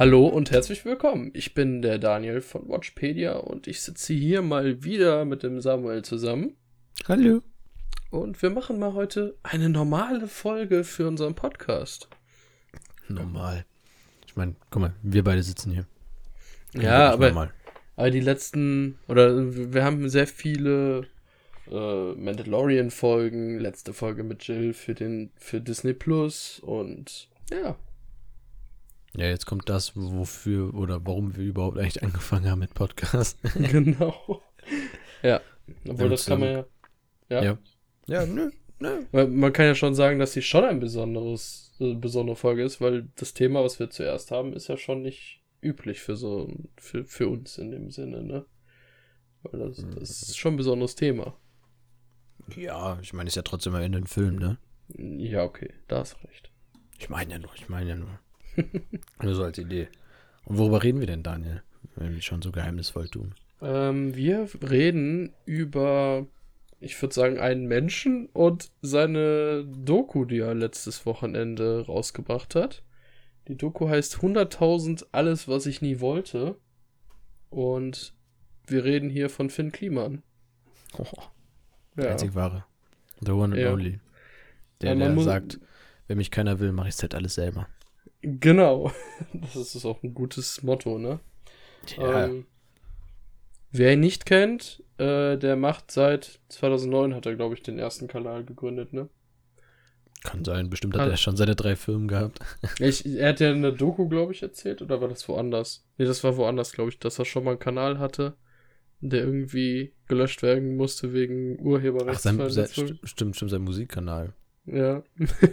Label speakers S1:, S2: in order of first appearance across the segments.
S1: Hallo und herzlich willkommen. Ich bin der Daniel von Watchpedia und ich sitze hier mal wieder mit dem Samuel zusammen.
S2: Hallo.
S1: Und wir machen mal heute eine normale Folge für unseren Podcast.
S2: Normal. Ich meine, guck mal, wir beide sitzen hier.
S1: Ja, aber die letzten, wir haben sehr viele Mandalorian-Folgen, letzte Folge mit Jill für Disney Plus und ja.
S2: Ja, jetzt kommt das, wofür oder warum wir überhaupt eigentlich angefangen haben mit Podcast.
S1: Genau. Ja, obwohl das kann man ja.
S2: Ja, nö.
S1: Weil man kann ja schon sagen, dass sie schon eine besondere Folge ist, weil das Thema, was wir zuerst haben, ist ja schon nicht üblich für uns in dem Sinne, ne? Weil das ist schon ein besonderes Thema.
S2: Ja, ich meine, ist ja trotzdem am Ende ein Film, ne?
S1: Ja, okay, da hast recht.
S2: Ich meine ja nur. Nur so als Idee. Und worüber reden wir denn, Daniel? Wenn wir schon so geheimnisvoll tun.
S1: Wir reden über, ich würde sagen, einen Menschen und seine Doku, die er letztes Wochenende rausgebracht hat. Die Doku heißt 100.000 Alles, was ich nie wollte. Und wir reden hier von Finn Kliman.
S2: Oh, der einzig wahre. The one and only. Der sagt, wenn mich keiner will, mache ich es halt alles selber.
S1: Genau. Das ist auch ein gutes Motto, ne?
S2: Ja.
S1: Wer ihn nicht kennt, der macht seit 2009, hat er, glaube ich, den ersten Kanal gegründet, ne?
S2: Kann sein, bestimmt hat er schon seine 3 Filme gehabt.
S1: Er hat ja in der Doku, glaube ich, erzählt, oder war das woanders? Nee, das war woanders, glaube ich, dass er schon mal einen Kanal hatte, der irgendwie gelöscht werden musste wegen Urheberrechtsverletzung.
S2: Stimmt, sein Musikkanal.
S1: Ja.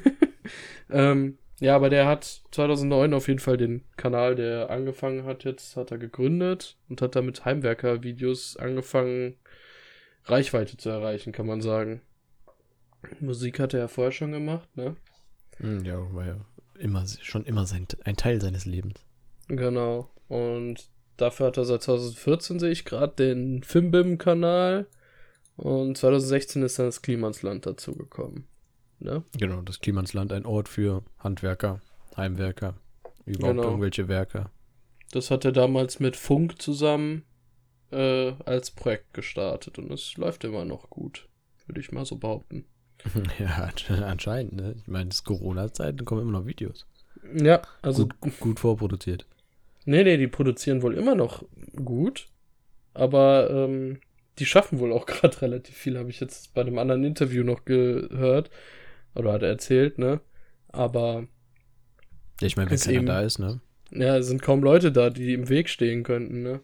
S1: Ja, aber der hat 2009 auf jeden Fall den Kanal, der angefangen hat, jetzt hat er gegründet und hat da mit Heimwerker-Videos angefangen, Reichweite zu erreichen, kann man sagen. Musik hat er ja vorher schon gemacht, ne?
S2: Ja, war ja schon immer ein Teil seines Lebens.
S1: Genau. Und dafür hat er seit 2014, sehe ich gerade, den Fimbim-Kanal. Und 2016 ist dann das Klimansland dazugekommen. Ne?
S2: Genau, das Klimansland, ein Ort für Handwerker, Heimwerker, überhaupt irgendwelche Werker.
S1: Das hat er damals mit Funk zusammen als Projekt gestartet und es läuft immer noch gut, würde ich mal so behaupten.
S2: Ja, anscheinend, ne? Ich meine, es ist Corona-Zeit, dann kommen immer noch Videos.
S1: Ja, also
S2: gut vorproduziert.
S1: Nee, die produzieren wohl immer noch gut, aber die schaffen wohl auch gerade relativ viel, habe ich jetzt bei einem anderen Interview noch gehört. Oder hat er erzählt, ne? Aber
S2: ja, ich meine, wenn keiner da ist, ne?
S1: Ja, es sind kaum Leute da, die im Weg stehen könnten, ne?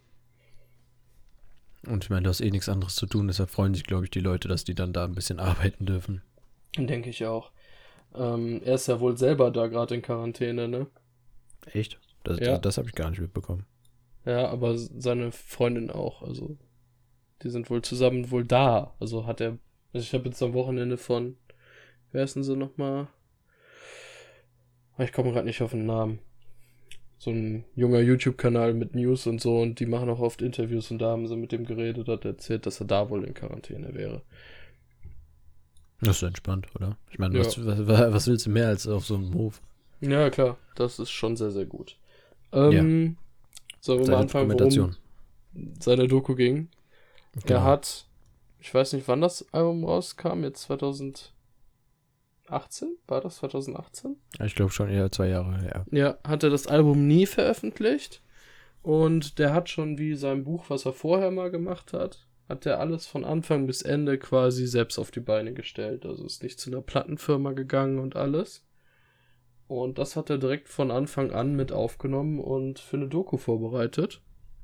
S2: Und ich meine, du hast eh nichts anderes zu tun, deshalb freuen sich, glaube ich, die Leute, dass die dann da ein bisschen arbeiten dürfen.
S1: Denke ich auch. Er ist ja wohl selber da gerade in Quarantäne, ne?
S2: Echt? Das habe ich gar nicht mitbekommen.
S1: Ja, aber seine Freundin auch, also die sind wohl zusammen da. Also ich habe jetzt am Wochenende von, wer ist denn so nochmal? Ich komme gerade nicht auf den Namen. So ein junger YouTube-Kanal mit News und so und die machen auch oft Interviews und da haben sie mit dem geredet, hat erzählt, dass er da wohl in Quarantäne wäre.
S2: Das ist entspannt, oder? Ich meine, was willst du mehr als auf so einem Hof?
S1: Ja, klar, das ist schon sehr, sehr gut.
S2: Ja.
S1: Sollen wir mal anfangen, worum seine Doku ging? Genau. Er hat, ich weiß nicht, wann das Album rauskam, jetzt 2018? War das 2018?
S2: Ich glaube schon eher 2 Jahre, ja.
S1: Ja, hat er das Album nie veröffentlicht und der hat schon wie sein Buch, was er vorher mal gemacht hat er alles von Anfang bis Ende quasi selbst auf die Beine gestellt. Also ist nicht zu einer Plattenfirma gegangen und alles. Und das hat er direkt von Anfang an mit aufgenommen und für eine Doku vorbereitet.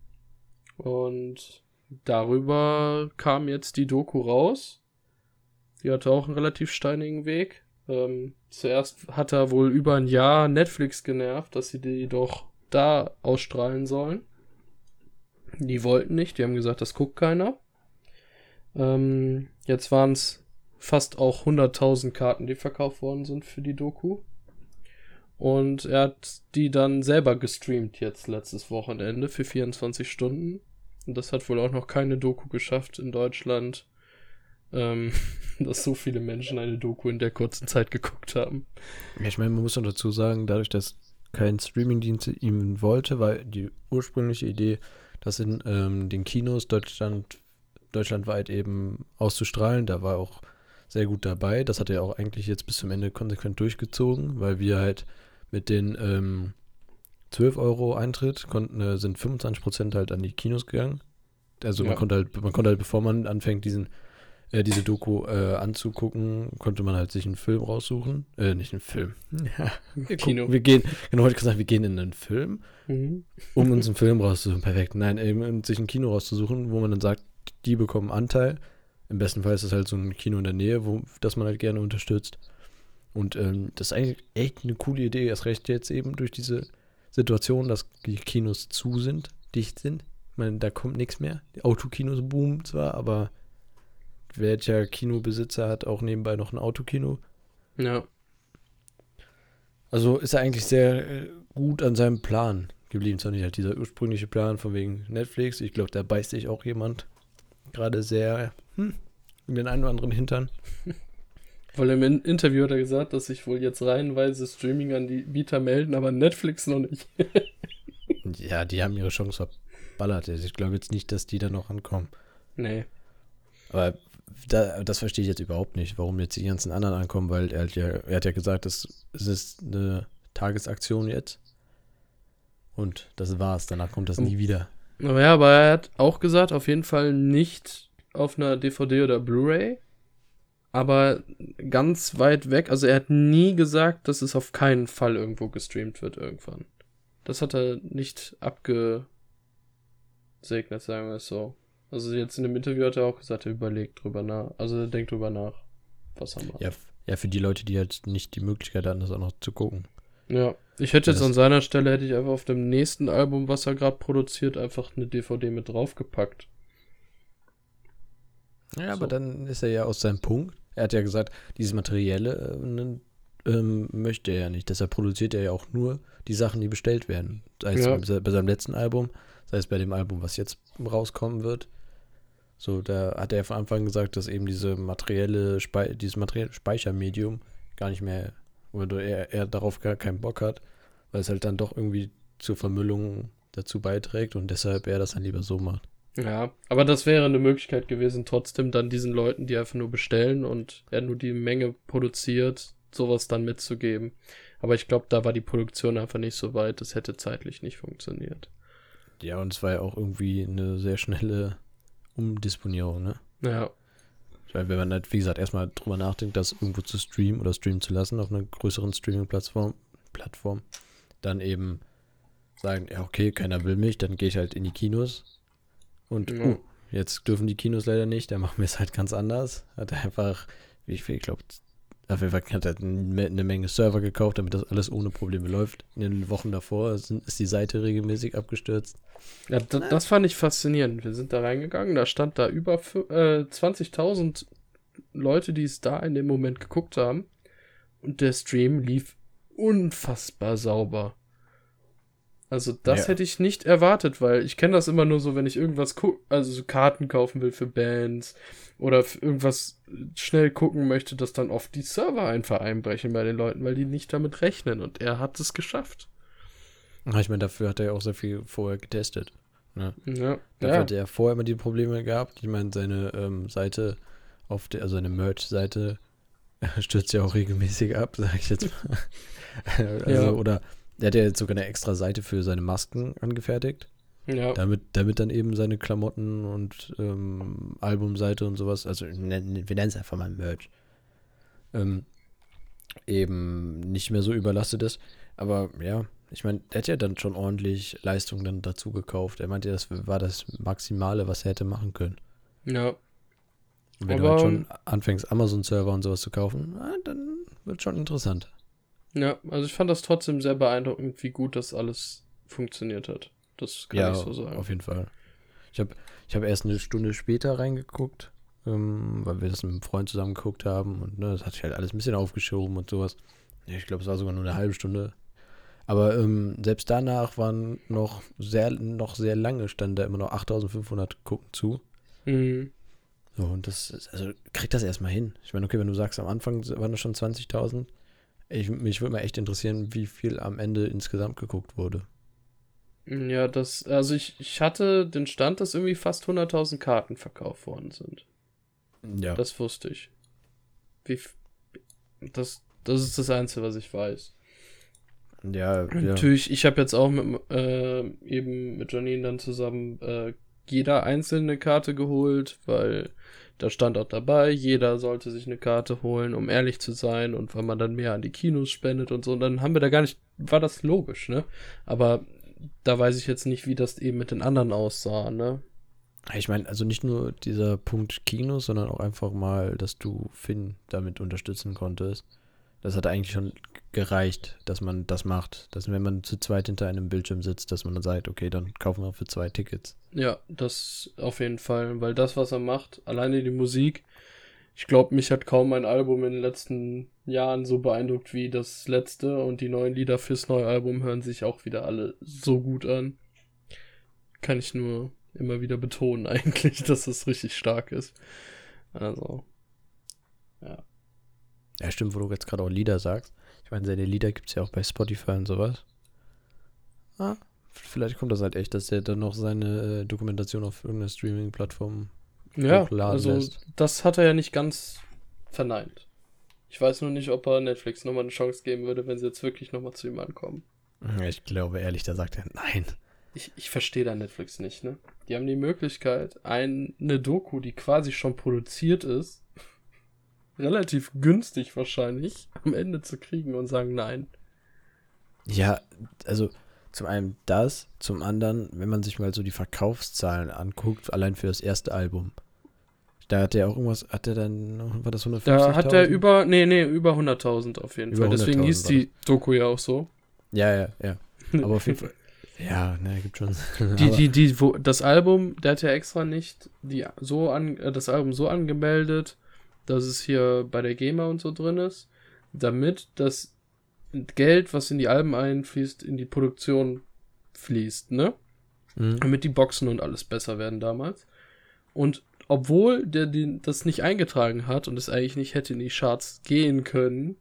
S1: Und darüber kam jetzt die Doku raus. Die hatte auch einen relativ steinigen Weg. Zuerst hat er wohl über ein Jahr Netflix genervt, dass sie die doch da ausstrahlen sollen. Die wollten nicht, die haben gesagt, das guckt keiner. Jetzt waren es fast auch 100.000 Karten, die verkauft worden sind für die Doku. Und er hat die dann selber gestreamt jetzt letztes Wochenende für 24 Stunden. Und das hat wohl auch noch keine Doku geschafft in Deutschland, dass so viele Menschen eine Doku in der kurzen Zeit geguckt haben.
S2: Ja, ich meine, man muss noch dazu sagen, dadurch, dass kein Streamingdienst ihm wollte, weil die ursprüngliche Idee, das in den Kinos deutschlandweit eben auszustrahlen, da war auch sehr gut dabei. Das hat er auch eigentlich jetzt bis zum Ende konsequent durchgezogen, weil wir halt mit den 12 Euro Eintritt sind 25% halt an die Kinos gegangen. Also man konnte halt, bevor man anfängt, diese Doku anzugucken, konnte man halt sich einen Film raussuchen. Nicht einen Film. Ja,
S1: Kino.
S2: Wir gehen in einen Film, um uns einen Film rauszusuchen. Perfekt. Nein, eben sich ein Kino rauszusuchen, wo man dann sagt, die bekommen Anteil. Im besten Fall ist es halt so ein Kino in der Nähe, das man halt gerne unterstützt. Und das ist eigentlich echt eine coole Idee. Erst recht jetzt eben durch diese Situation, dass die Kinos dicht sind. Ich meine, da kommt nichts mehr. Die Autokinos boomen zwar, aber welcher Kinobesitzer hat auch nebenbei noch ein Autokino?
S1: Ja.
S2: Also ist er eigentlich sehr gut an seinem Plan geblieben. Zwar nicht halt dieser ursprüngliche Plan von wegen Netflix. Ich glaube, da beißt sich auch jemand gerade sehr in den einen oder anderen Hintern.
S1: Weil im Interview hat er gesagt, dass sich wohl jetzt reihenweise Streaming an die Bieter melden, aber Netflix noch nicht.
S2: Ja, die haben ihre Chance verballert. Ich glaube jetzt nicht, dass die da noch ankommen.
S1: Nee.
S2: Aber das verstehe ich jetzt überhaupt nicht, warum jetzt die ganzen anderen ankommen, weil er hat ja gesagt, es ist eine Tagesaktion jetzt. Und das war's. Danach kommt das nie wieder.
S1: Aber er hat auch gesagt, auf jeden Fall nicht auf einer DVD oder Blu-ray, aber ganz weit weg. Also er hat nie gesagt, dass es auf keinen Fall irgendwo gestreamt wird irgendwann. Das hat er nicht abgesegnet, sagen wir es so. Also jetzt in dem Interview hat er auch gesagt, er überlegt drüber nach. Also er denkt drüber nach, was er macht.
S2: Ja, für die Leute, die halt nicht die Möglichkeit hatten, das auch noch zu gucken.
S1: Ja, ich hätte jetzt an seiner Stelle, hätte ich einfach auf dem nächsten Album, was er gerade produziert, einfach eine DVD mit draufgepackt.
S2: Ja, so. Aber dann ist er ja aus seinem Punkt. Er hat ja gesagt, dieses Materielle möchte er ja nicht. Deshalb produziert er ja auch nur die Sachen, die bestellt werden. Sei es bei seinem letzten Album, sei es bei dem Album, was jetzt rauskommen wird. So, da hat er von Anfang gesagt, dass eben dieses materielle Speichermedium gar nicht mehr, oder er darauf gar keinen Bock hat, weil es halt dann doch irgendwie zur Vermüllung dazu beiträgt und deshalb er das dann lieber so macht.
S1: Ja, aber das wäre eine Möglichkeit gewesen, trotzdem dann diesen Leuten, die einfach nur bestellen und er nur die Menge produziert, sowas dann mitzugeben. Aber ich glaube, da war die Produktion einfach nicht so weit, das hätte zeitlich nicht funktioniert.
S2: Ja, und es war ja auch irgendwie eine sehr schnelle Umdisponierung, ne?
S1: Ja.
S2: Weil wenn man halt, wie gesagt, erstmal drüber nachdenkt, das irgendwo zu streamen oder streamen zu lassen auf einer größeren Streaming-Plattform, dann eben sagen, ja okay, keiner will mich, dann gehe ich halt in die Kinos und jetzt dürfen die Kinos leider nicht, dann machen wir es halt ganz anders. Hat er einfach, ich glaube, auf jeden Fall hat er eine Menge Server gekauft, damit das alles ohne Probleme läuft. In den Wochen davor ist die Seite regelmäßig abgestürzt.
S1: Ja, das fand ich faszinierend. Wir sind da reingegangen, da stand da über 20.000 Leute, die es da in dem Moment geguckt haben. Und der Stream lief unfassbar sauber. Also das hätte ich nicht erwartet, weil ich kenne das immer nur so, wenn ich irgendwas also so Karten kaufen will für Bands oder irgendwas schnell gucken möchte, dass dann oft die Server einfach einbrechen bei den Leuten, weil die nicht damit rechnen und er hat es geschafft.
S2: Ich meine, dafür hat er ja auch sehr viel vorher getestet. Ne?
S1: Ja.
S2: Dafür hat er vorher immer die Probleme gehabt. Ich meine, seine Seite also seine Merch-Seite stürzt ja auch regelmäßig ab, sag ich jetzt mal. Oder der hat ja jetzt sogar eine extra Seite für seine Masken angefertigt.
S1: Ja.
S2: Damit dann eben seine Klamotten und Albumseite und sowas, also wir nennen es einfach mal Merch, eben nicht mehr so überlastet ist. Aber ja, ich meine, der hat ja dann schon ordentlich Leistung dann dazu gekauft. Er meinte, das war das Maximale, was er hätte machen können.
S1: Ja.
S2: Und wenn du halt schon anfängst, Amazon-Server und sowas zu kaufen, dann wird schon interessant.
S1: Ja, also ich fand das trotzdem sehr beeindruckend, wie gut das alles funktioniert hat. Das kann ich so sagen.
S2: Ja, auf jeden Fall. Ich hab erst eine Stunde später reingeguckt, weil wir das mit einem Freund zusammen geguckt haben und das hat sich halt alles ein bisschen aufgeschoben und sowas. Ja, ich glaube, es war sogar nur eine halbe Stunde. Aber selbst danach waren noch sehr lange, standen da immer noch 8.500 gucken zu.
S1: Mhm.
S2: So, und kriegt das erstmal hin. Ich meine, okay, wenn du sagst, am Anfang waren das schon 20.000, Mich würde mal echt interessieren, wie viel am Ende insgesamt geguckt wurde.
S1: Ja, also ich hatte den Stand, dass irgendwie fast 100.000 Karten verkauft worden sind.
S2: Ja.
S1: Das wusste ich. Das ist das Einzige, was ich weiß.
S2: Ja.
S1: Natürlich, ich habe jetzt auch eben mit Janine dann zusammen jeder einzelne Karte geholt, weil da stand auch dabei, jeder sollte sich eine Karte holen, um ehrlich zu sein und weil man dann mehr an die Kinos spendet und so. Und dann haben wir da gar nicht, war das logisch, ne? Aber da weiß ich jetzt nicht, wie das eben mit den anderen aussah, ne?
S2: Ich meine, also nicht nur dieser Punkt Kinos, sondern auch einfach mal, dass du Finn damit unterstützen konntest. Das hat eigentlich schon gereicht, dass man das macht. Dass wenn man zu zweit hinter einem Bildschirm sitzt, dass man dann sagt, okay, dann kaufen wir für 2 Tickets.
S1: Ja, das auf jeden Fall, weil das, was er macht, alleine die Musik, ich glaube, mich hat kaum ein Album in den letzten Jahren so beeindruckt wie das letzte und die neuen Lieder fürs neue Album hören sich auch wieder alle so gut an. Kann ich nur immer wieder betonen eigentlich, dass es richtig stark ist. Also, ja.
S2: Ja, stimmt, wo du jetzt gerade auch Lieder sagst. Ich meine, seine Lieder gibt es ja auch bei Spotify und sowas. Ah, vielleicht kommt das halt echt, dass er dann noch seine Dokumentation auf irgendeiner Streaming-Plattform
S1: Ja,
S2: hochladen
S1: also
S2: lässt.
S1: das hat er ja nicht ganz verneint. Ich weiß nur nicht, ob er Netflix nochmal eine Chance geben würde, wenn sie jetzt wirklich nochmal zu ihm ankommen.
S2: Ja, ich glaube ehrlich, da sagt er nein.
S1: Ich verstehe da Netflix nicht, ne? Die haben die Möglichkeit, eine Doku, die quasi schon produziert ist, relativ günstig wahrscheinlich, am Ende zu kriegen und sagen nein.
S2: Ja, also zum einen das, zum anderen, wenn man sich mal so die Verkaufszahlen anguckt, allein für das erste Album. Da hat er auch irgendwas, hat er dann, war das 150.000?
S1: Da hat er über 100.000 auf jeden
S2: Über
S1: Fall. Deswegen
S2: 100.000
S1: hieß
S2: war
S1: die Doku ja auch so.
S2: Ja. Aber auf jeden Fall, ja, ne, gibt schon.
S1: Das Album, der hat ja extra nicht das Album so angemeldet, dass es hier bei der GEMA und so drin ist, damit das Geld, was in die Alben einfließt, in die Produktion fließt, ne? Damit die Boxen und alles besser werden damals. Und obwohl der das nicht eingetragen hat und es eigentlich nicht hätte in die Charts gehen können,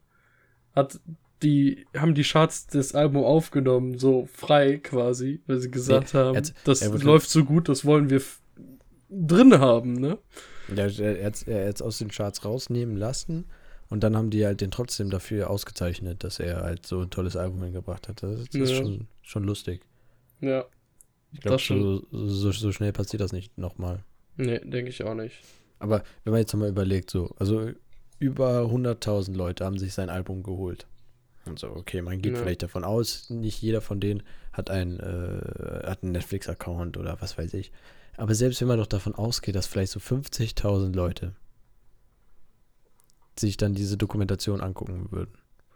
S1: haben die Charts das Album aufgenommen, so frei quasi, weil sie gesagt haben, das läuft so gut, das wollen wir drin haben, ne?
S2: Ja, er hat aus den Charts rausnehmen lassen und dann haben die halt den trotzdem dafür ausgezeichnet, dass er halt so ein tolles Album hingebracht hat. Das ist schon lustig.
S1: Ja.
S2: Ich glaube, so schnell passiert das nicht nochmal.
S1: Nee, denke ich auch nicht.
S2: Aber wenn man jetzt nochmal überlegt, so, also über 100.000 Leute haben sich sein Album geholt. Und so, okay, man geht vielleicht davon aus, nicht jeder von denen hat einen Netflix-Account oder was weiß ich. Aber selbst wenn man doch davon ausgeht, dass vielleicht so 50.000 Leute sich dann diese Dokumentation angucken würden.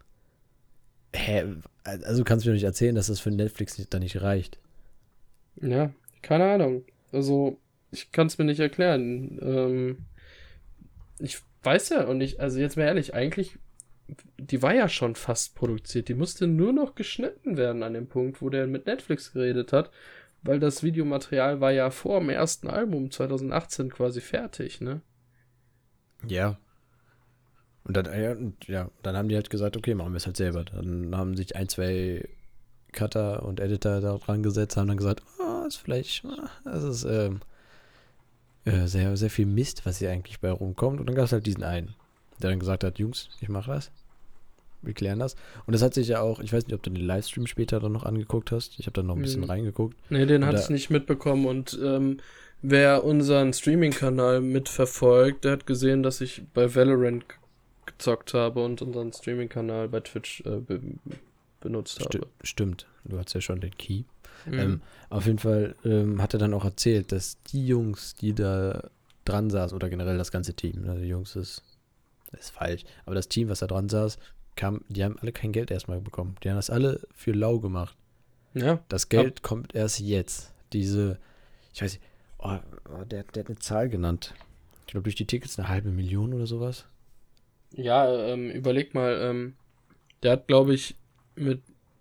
S2: Also kannst du mir nicht erzählen, dass das für Netflix da nicht reicht.
S1: Ja, keine Ahnung. Also, ich kann es mir nicht erklären. Ich weiß ja und ich, also jetzt mal ehrlich, eigentlich, die war ja schon fast produziert. Die musste nur noch geschnitten werden an dem Punkt, wo der mit Netflix geredet hat, weil das Videomaterial war ja vor dem ersten Album 2018 quasi fertig, ne?
S2: Ja. Und dann, dann haben die halt gesagt, okay, machen wir es halt selber. Dann haben sich 1, 2 Cutter und Editor da dran gesetzt, haben dann gesagt, das ist sehr, sehr viel Mist, was hier eigentlich bei rumkommt. Und dann gab es halt diesen einen, der dann gesagt hat, Jungs, ich mache das. Wir klären das. Und das hat sich ja auch, ich weiß nicht, ob du den Livestream später dann noch angeguckt hast. Ich habe da noch ein bisschen reingeguckt.
S1: Nee, den hatte ich nicht mitbekommen. Und wer unseren Streaming-Kanal mitverfolgt, der hat gesehen, dass ich bei Valorant gezockt habe und unseren Streaming-Kanal bei Twitch benutzt habe.
S2: Stimmt, du hast ja schon den Key. Auf jeden Fall hat er dann auch erzählt, dass die Jungs, die da dran saßen, oder generell das ganze Team, also die Jungs ist falsch, aber das Team, was da dran saß, die haben alle kein Geld erstmal bekommen. Die haben das alle für lau gemacht.
S1: Ja.
S2: Das Geld kommt erst jetzt. Ich weiß nicht, der hat eine Zahl genannt. Ich glaube, durch die Tickets 500.000 oder sowas.
S1: Ja, überleg mal, der hat, glaube ich, mit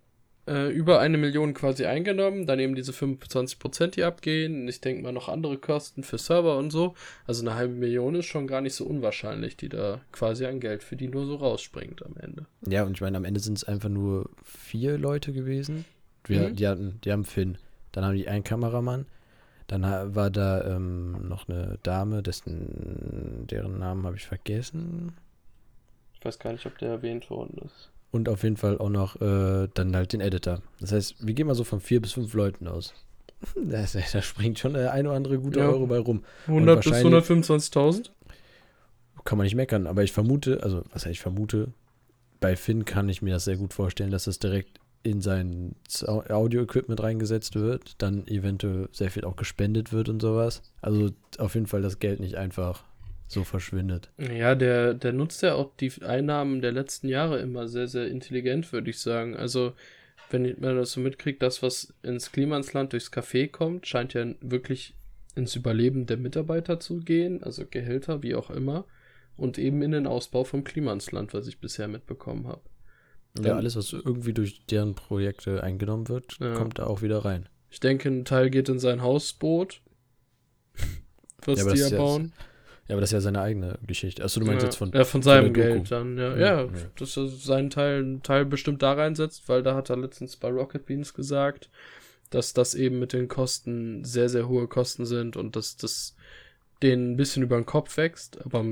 S1: über 1 Million quasi eingenommen, dann eben diese 25%, die abgehen. Ich denke mal noch andere Kosten für Server und so. Also 1,5 Million ist schon gar nicht so unwahrscheinlich, die da quasi an Geld für die nur so rausspringt am Ende.
S2: Ja, und ich meine, am Ende sind es einfach nur 4 Leute gewesen. Die haben Finn. Dann haben die einen Kameramann. Dann war da noch eine Dame, deren Namen habe ich vergessen.
S1: Ich weiß gar nicht, ob der erwähnt worden ist.
S2: Und auf jeden Fall auch noch dann halt den Editor. Das heißt, wir gehen mal so von 4 bis 5 Leuten aus. Da springt schon der ein oder andere gute Euro bei rum.
S1: 100 bis 125.000?
S2: Kann man nicht meckern, aber ich vermute, also was heißt ich vermute, bei Finn kann ich mir das sehr gut vorstellen, dass das direkt in sein Audio-Equipment reingesetzt wird, dann eventuell sehr viel auch gespendet wird und sowas. Also auf jeden Fall das Geld nicht einfach so verschwindet.
S1: Ja, der nutzt ja auch die Einnahmen der letzten Jahre immer sehr, sehr intelligent, würde ich sagen. Also, wenn man das so mitkriegt, das, was ins Klimansland durchs Café kommt, scheint ja wirklich ins Überleben der Mitarbeiter zu gehen, also Gehälter, wie auch immer, und eben in den Ausbau vom Klimansland, was ich bisher mitbekommen habe.
S2: Ja, alles, was irgendwie durch deren Projekte eingenommen wird, kommt da auch wieder rein.
S1: Ich denke, ein Teil geht in sein Hausboot, was die ja bauen.
S2: Ja, aber das ist ja seine eigene Geschichte. Achso, du meinst jetzt von
S1: seinem Geld dann, ja. Dass er seinen Teil bestimmt da reinsetzt, weil da hat er letztens bei Rocket Beans gesagt, dass das eben mit den Kosten sehr, sehr hohe Kosten sind und dass das denen ein bisschen über den Kopf wächst, aber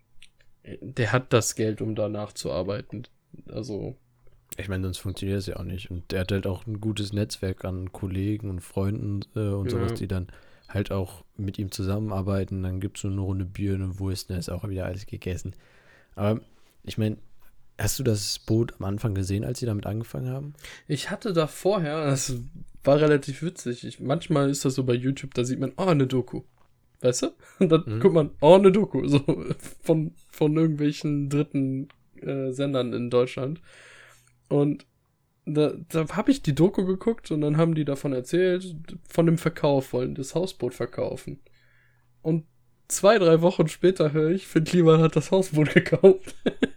S1: der hat das Geld, um danach zu arbeiten. Also.
S2: Ich meine, sonst funktioniert es ja auch nicht. Und der hat halt auch ein gutes Netzwerk an Kollegen und Freunden und sowas, die dann halt auch mit ihm zusammenarbeiten. Dann gibt es so eine Runde Bier, eine Wurst, dann ist auch wieder alles gegessen. Aber ich meine, hast du das Boot am Anfang gesehen, als sie damit angefangen haben?
S1: Ich hatte da vorher, das war relativ witzig. Manchmal ist das so bei YouTube, da sieht man, eine Doku. Weißt du? Und dann guckt man, eine Doku. So von irgendwelchen dritten Sendern in Deutschland. Und da habe ich die Doku geguckt und dann haben die davon erzählt, von dem Verkauf, wollen das Hausboot verkaufen. Und 2-3 Wochen später höre ich, Finn Kliman hat das Hausboot gekauft.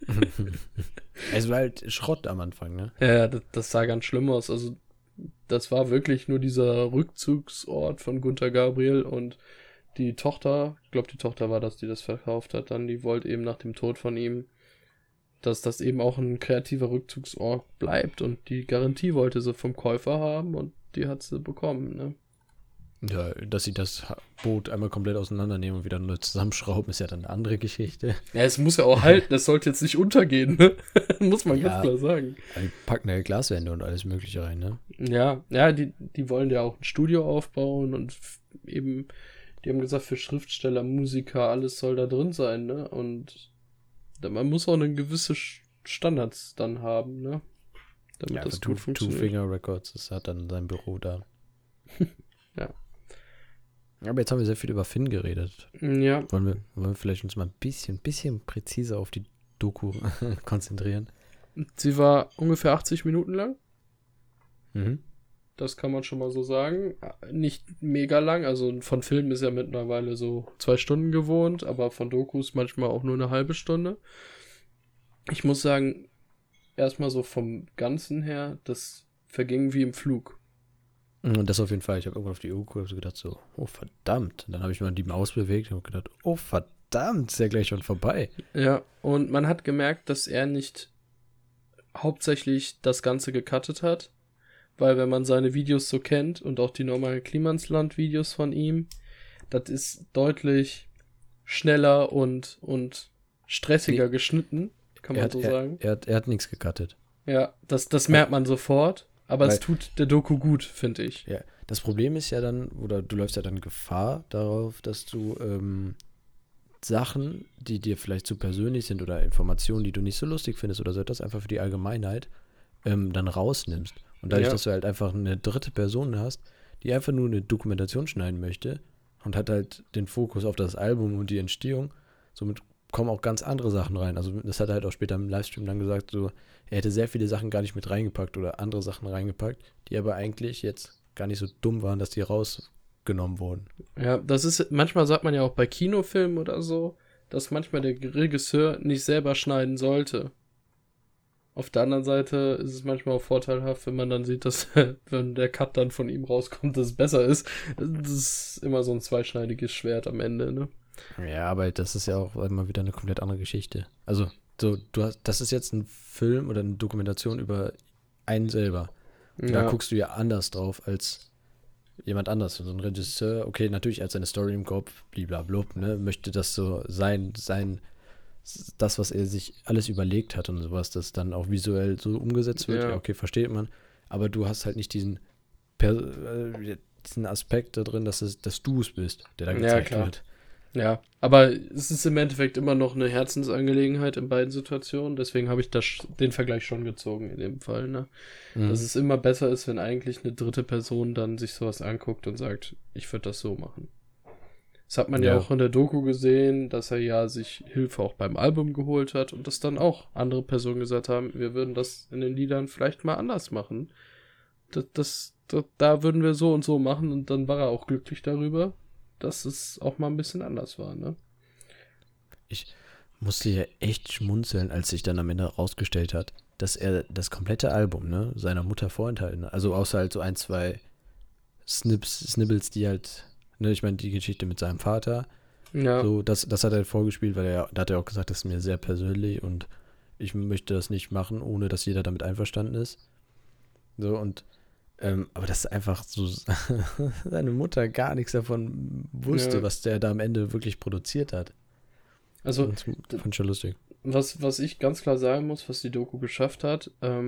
S2: Es war halt Schrott am Anfang, ne?
S1: Ja, das sah ganz schlimm aus. Also das war wirklich nur dieser Rückzugsort von Gunter Gabriel und die Tochter, ich glaube die Tochter war das, die das verkauft hat, dann die wollte eben nach dem Tod von ihm, dass das eben auch ein kreativer Rückzugsort bleibt und die Garantie wollte sie vom Käufer haben und die hat sie bekommen, ne?
S2: Ja, dass sie das Boot einmal komplett auseinandernehmen und wieder neu zusammenschrauben, ist ja dann eine andere Geschichte.
S1: Ja, es muss ja auch halten, es sollte jetzt nicht untergehen, ne? Muss man ganz klar sagen.
S2: Die packen ja Glaswände und alles Mögliche rein, ne?
S1: Ja, die wollen ja auch ein Studio aufbauen und eben, die haben gesagt, für Schriftsteller, Musiker, alles soll da drin sein, ne? Und man muss auch eine gewisse Standards dann haben, ne? Damit das gut funktioniert.
S2: Two Finger Records, das hat dann sein Büro da.
S1: Ja.
S2: Aber jetzt haben wir sehr viel über Finn geredet.
S1: Ja.
S2: Wollen wir vielleicht uns mal ein bisschen präziser auf die Doku konzentrieren?
S1: Sie war ungefähr 80 Minuten lang.
S2: Mhm.
S1: Das kann man schon mal so sagen. Nicht mega lang, also von Filmen ist ja mittlerweile so 2 Stunden gewohnt, aber von Dokus manchmal auch nur eine halbe Stunde. Ich muss sagen, erstmal so vom Ganzen her, das verging wie im Flug.
S2: Und das auf jeden Fall. Ich habe irgendwann auf die Uhr geguckt und so gedacht so, oh verdammt. Und dann habe ich mal die Maus bewegt und habe gedacht, oh verdammt, ist ja gleich schon vorbei.
S1: Ja, und man hat gemerkt, dass er nicht hauptsächlich das Ganze gecuttet hat, weil wenn man seine Videos so kennt und auch die normalen Klimansland-Videos von ihm, das ist deutlich schneller und stressiger geschnitten, kann man so sagen.
S2: Er hat nichts gecuttet.
S1: Ja, das merkt man sofort, aber es tut der Doku gut, finde ich.
S2: Ja, das Problem ist ja dann, oder du läufst ja dann Gefahr darauf, dass du Sachen, die dir vielleicht zu persönlich sind oder Informationen, die du nicht so lustig findest oder so etwas, einfach für die Allgemeinheit dann rausnimmst. Und dadurch, dass du halt einfach eine dritte Person hast, die einfach nur eine Dokumentation schneiden möchte und hat halt den Fokus auf das Album und die Entstehung, somit kommen auch ganz andere Sachen rein. Also das hat er halt auch später im Livestream dann gesagt, so er hätte sehr viele Sachen gar nicht mit reingepackt oder andere Sachen reingepackt, die aber eigentlich jetzt gar nicht so dumm waren, dass die rausgenommen wurden.
S1: Ja, das ist, manchmal sagt man ja auch bei Kinofilmen oder so, dass manchmal der Regisseur nicht selber schneiden sollte. Auf der anderen Seite ist es manchmal auch vorteilhaft, wenn man dann sieht, dass wenn der Cut dann von ihm rauskommt, dass es besser ist. Das ist immer so ein zweischneidiges Schwert am Ende, ne?
S2: Ja, aber das ist ja auch immer wieder eine komplett andere Geschichte. Also, so, das ist jetzt ein Film oder eine Dokumentation über einen selber. Und da
S1: Ja,
S2: guckst du ja anders drauf als jemand anders. So ein Regisseur, okay, natürlich hat seine Story im Kopf, bliblablub, ne, möchte das so das, was er sich alles überlegt hat und sowas, das dann auch visuell so umgesetzt wird, ja,
S1: ja,
S2: okay, versteht man. Aber du hast halt nicht diesen Aspekt da drin, dass du es bist, der da
S1: ja,
S2: gezeigt
S1: klar.
S2: wird.
S1: Ja, aber es ist im Endeffekt immer noch eine Herzensangelegenheit in beiden Situationen. Deswegen habe ich den Vergleich schon gezogen in dem Fall, ne? Dass
S2: Mhm.
S1: es immer besser ist, wenn eigentlich eine dritte Person dann sich sowas anguckt und sagt, ich würde das so machen. Das hat man ja
S2: Ja,
S1: auch in der Doku gesehen, dass er ja sich Hilfe auch beim Album geholt hat und dass dann auch andere Personen gesagt haben, wir würden das in den Liedern vielleicht mal anders machen. Da würden wir so und so machen und dann war er auch glücklich darüber, dass es auch mal ein bisschen anders war, ne?
S2: ich musste ja echt schmunzeln, als sich dann am Ende herausgestellt hat, dass er das komplette Album, ne, seiner Mutter vorenthalten hat. Also außer halt so ein, zwei Snibbles, die halt, ne, ich meine, die Geschichte mit seinem Vater,
S1: Ja,
S2: so, das hat er vorgespielt, weil da hat er auch gesagt, das ist mir sehr persönlich und ich möchte das nicht machen, ohne dass jeder damit einverstanden ist. So, und aber dass einfach so seine Mutter gar nichts davon wusste,
S1: ja.
S2: was der da am Ende wirklich produziert hat.
S1: Also,
S2: Das
S1: d-
S2: fand ich schon lustig.
S1: was ich ganz klar sagen muss, was die Doku geschafft hat,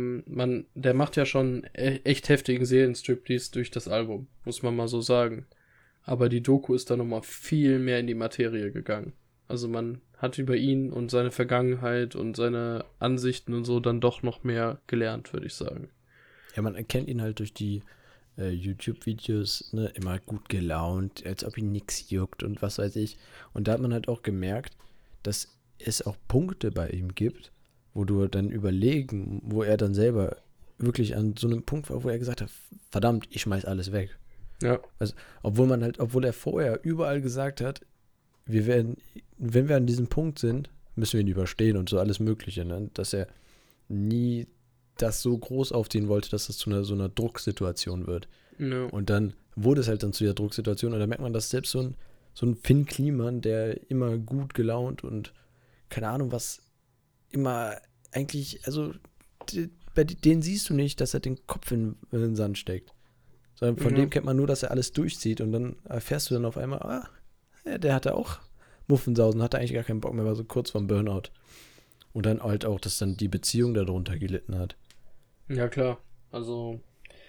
S1: der macht ja schon echt heftigen Seelenstriptease durch das Album, muss man mal so sagen. Aber die Doku ist da nochmal viel mehr in die Materie gegangen. Also man hat über ihn und seine Vergangenheit und seine Ansichten und so dann doch noch mehr gelernt, würde ich sagen.
S2: Ja, man erkennt ihn halt durch die YouTube-Videos, ne, immer gut gelaunt, als ob ihn nix juckt und was weiß ich. Und da hat man halt auch gemerkt, dass es auch Punkte bei ihm gibt, wo du dann überlegen, wo er dann selber wirklich an so einem Punkt war, wo er gesagt hat, verdammt, ich schmeiß alles weg.
S1: Ja,
S2: Also, obwohl er vorher überall gesagt hat, wir werden, wenn wir an diesem Punkt sind, müssen wir ihn überstehen und so alles Mögliche, ne? Dass er nie das so groß aufziehen wollte, dass es zu so einer Drucksituation wird.
S1: ja,
S2: Und dann wurde es halt dann zu der Drucksituation und da merkt man, dass selbst so ein Finn Kliman, der immer gut gelaunt und keine Ahnung was, immer eigentlich, also bei den siehst du nicht, dass er den Kopf in den Sand steckt. Sondern von
S1: ja,
S2: dem kennt man nur, dass er alles durchzieht und dann erfährst du dann auf einmal, ja, der hatte auch Muffensausen, hatte eigentlich gar keinen Bock mehr, war so kurz vorm Burnout. Und dann halt auch, dass dann die Beziehung darunter gelitten hat.
S1: ja klar. Also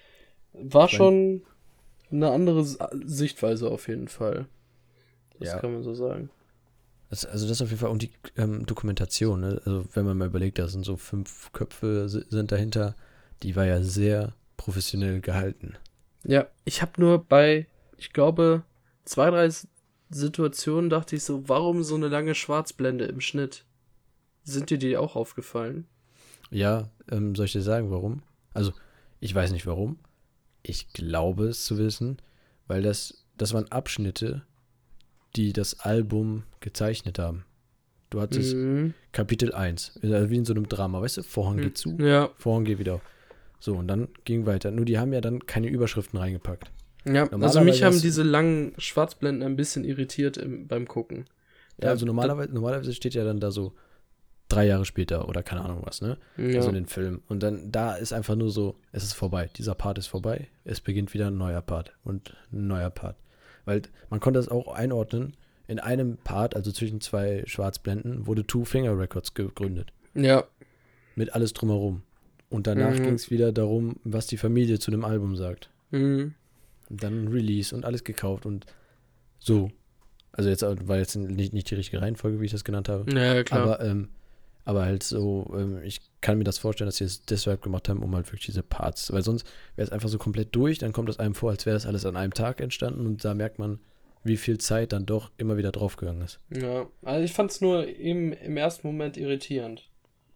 S1: war
S2: Ich meine,
S1: schon eine andere Sichtweise auf jeden Fall. Das
S2: ja,
S1: kann man so sagen.
S2: also das auf jeden Fall. Und die Dokumentation, ne? Also wenn man mal überlegt, da sind so 5 Köpfe sind dahinter, die war ja sehr professionell gehalten.
S1: Ja, ich habe nur ich glaube, zwei, drei Situationen dachte ich so, warum so eine lange Schwarzblende im Schnitt? Sind dir die auch aufgefallen?
S2: Ja, soll ich dir sagen, warum? Also, ich weiß nicht warum. Ich glaube es zu wissen, weil das waren Abschnitte, die das Album gezeichnet haben. Du hattest
S1: Mhm.
S2: Kapitel 1, wie in so einem Drama, weißt du, Vorhang geht zu,
S1: Ja.
S2: Vorhang geht wieder auf. So, und dann ging weiter. Nur die haben ja dann keine Überschriften reingepackt.
S1: Ja, also mich
S2: Normalerweise
S1: haben
S2: hast du,
S1: diese langen Schwarzblenden ein bisschen irritiert beim Gucken.
S2: ja, also
S1: Da,
S2: normalerweise steht ja dann da so 3 Jahre später oder keine Ahnung was, ne? Also
S1: ja,
S2: in den Filmen. Und dann da ist einfach nur so, es ist vorbei. Dieser Part ist vorbei. Es beginnt wieder ein neuer Part und ein neuer Part. Weil man konnte das auch einordnen. In einem Part, also zwischen 2 Schwarzblenden, wurde Two Finger Records gegründet.
S1: ja,
S2: Mit alles drumherum. Und danach ging
S1: mhm.
S2: es wieder darum, was die Familie zu dem Album sagt.
S1: Mhm.
S2: Und dann ein Release und alles gekauft und so. Also jetzt war jetzt nicht die richtige Reihenfolge, wie ich das genannt habe.
S1: Ja, klar.
S2: Aber halt so, ich kann mir das vorstellen, dass sie es deshalb gemacht haben, um halt wirklich diese Parts, weil sonst wäre es einfach so komplett durch, dann kommt es einem vor, als wäre das alles an einem Tag entstanden und da merkt man, wie viel Zeit dann doch immer wieder draufgegangen ist.
S1: Ja, also ich fand es nur im ersten Moment irritierend.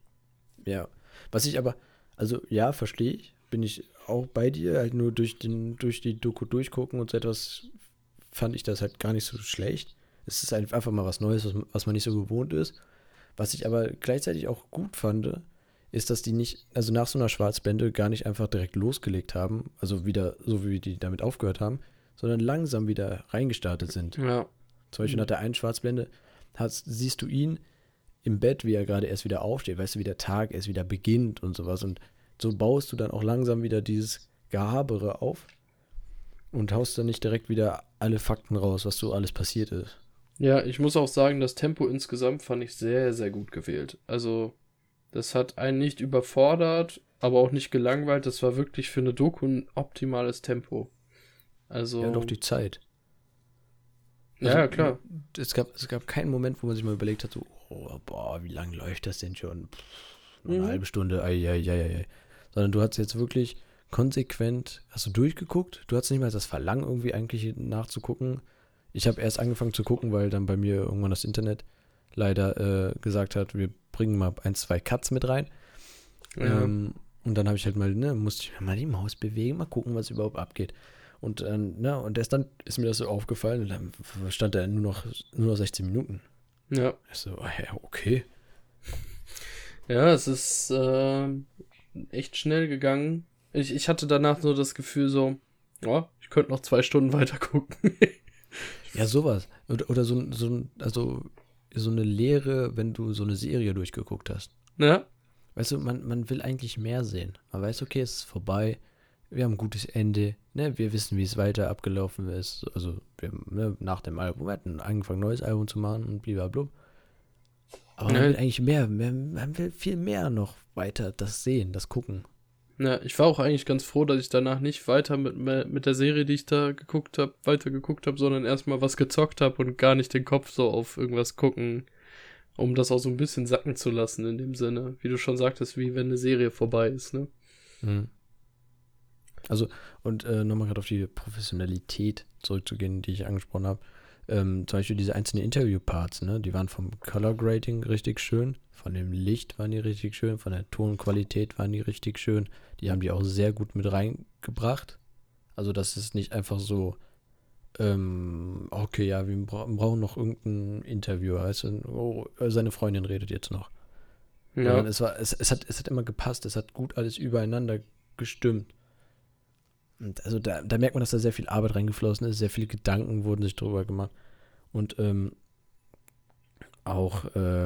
S2: Ja. Was ich aber, also ja, verstehe ich, bin ich auch bei dir, halt nur durch die Doku durchgucken und so etwas fand ich das halt gar nicht so schlecht. Es ist einfach mal was Neues, was man nicht so gewohnt ist. Was ich aber gleichzeitig auch gut fand, ist, dass die nicht, also nach so einer Schwarzblende gar nicht einfach direkt losgelegt haben, also wieder so wie die damit aufgehört haben, sondern langsam wieder reingestartet sind.
S1: Ja.
S2: Zum Beispiel nach der einen Schwarzblende siehst du ihn im Bett, wie er gerade erst wieder aufsteht, weißt du, wie der Tag erst wieder beginnt und sowas. Und so baust du dann auch langsam wieder dieses Gehabere auf und haust dann nicht direkt wieder alle Fakten raus, was so alles passiert ist.
S1: Ja, ich muss auch sagen, das Tempo insgesamt fand ich sehr, sehr gut gewählt. Also, das hat einen nicht überfordert, aber auch nicht gelangweilt. Das war wirklich für eine Doku ein optimales Tempo. Also.
S2: Ja, und auch die Zeit.
S1: Ja, klar.
S2: Es gab keinen Moment, wo man sich mal überlegt hat, so, oh, boah, wie lange läuft das denn schon? Nur eine halbe Stunde, ei. Sondern du hast jetzt wirklich konsequent, hast du durchgeguckt? Du hattest nicht mal das Verlangen, irgendwie eigentlich nachzugucken. Ich habe erst angefangen zu gucken, weil dann bei mir irgendwann das Internet leider gesagt hat, wir bringen mal 1, 2 Cuts mit rein.
S1: Ja.
S2: Und dann habe ich halt mal, musste ich mal die Maus bewegen, mal gucken, was überhaupt abgeht. Und und erst dann ist mir das so aufgefallen und dann stand da nur noch 16 Minuten.
S1: Ja.
S2: Ich so, ja, okay.
S1: Ja, es ist echt schnell gegangen. Ich hatte danach so das Gefühl so, ja, ich könnte noch 2 Stunden weiter gucken.
S2: Ja, sowas. Oder so eine Leere, wenn du so eine Serie durchgeguckt hast.
S1: Ja.
S2: Weißt du, man will eigentlich mehr sehen. Man weiß, okay, es ist vorbei. Wir haben ein gutes Ende. Ne? Wir wissen, wie es weiter abgelaufen ist. Also, nach dem Album, wir hatten angefangen, ein neues Album zu machen und blablabla. Aber man will eigentlich mehr. Man will viel mehr noch weiter das sehen, das gucken.
S1: Ja, ich war auch eigentlich ganz froh, dass ich danach nicht weiter mit der Serie, die ich da weitergeguckt habe, sondern erstmal was gezockt habe und gar nicht den Kopf so auf irgendwas gucken, um das auch so ein bisschen sacken zu lassen in dem Sinne. Wie du schon sagtest, wie wenn eine Serie vorbei ist, ne?
S2: Mhm. Also, und nochmal gerade auf die Professionalität zurückzugehen, die ich angesprochen habe. Zum Beispiel diese einzelnen Interview-Parts, ne? Die waren vom Color Grading richtig schön, von dem Licht waren die richtig schön, von der Tonqualität waren die richtig schön. Die haben die auch sehr gut mit reingebracht. Also das ist nicht einfach so, okay, ja, wir brauchen noch irgendein Interviewer, weißt du? Oh, seine Freundin redet jetzt noch.
S1: Ja.
S2: Es hat immer gepasst, es hat gut alles übereinander gestimmt. Und also da merkt man, dass da sehr viel Arbeit reingeflossen ist, sehr viele Gedanken wurden sich drüber gemacht. Und auch,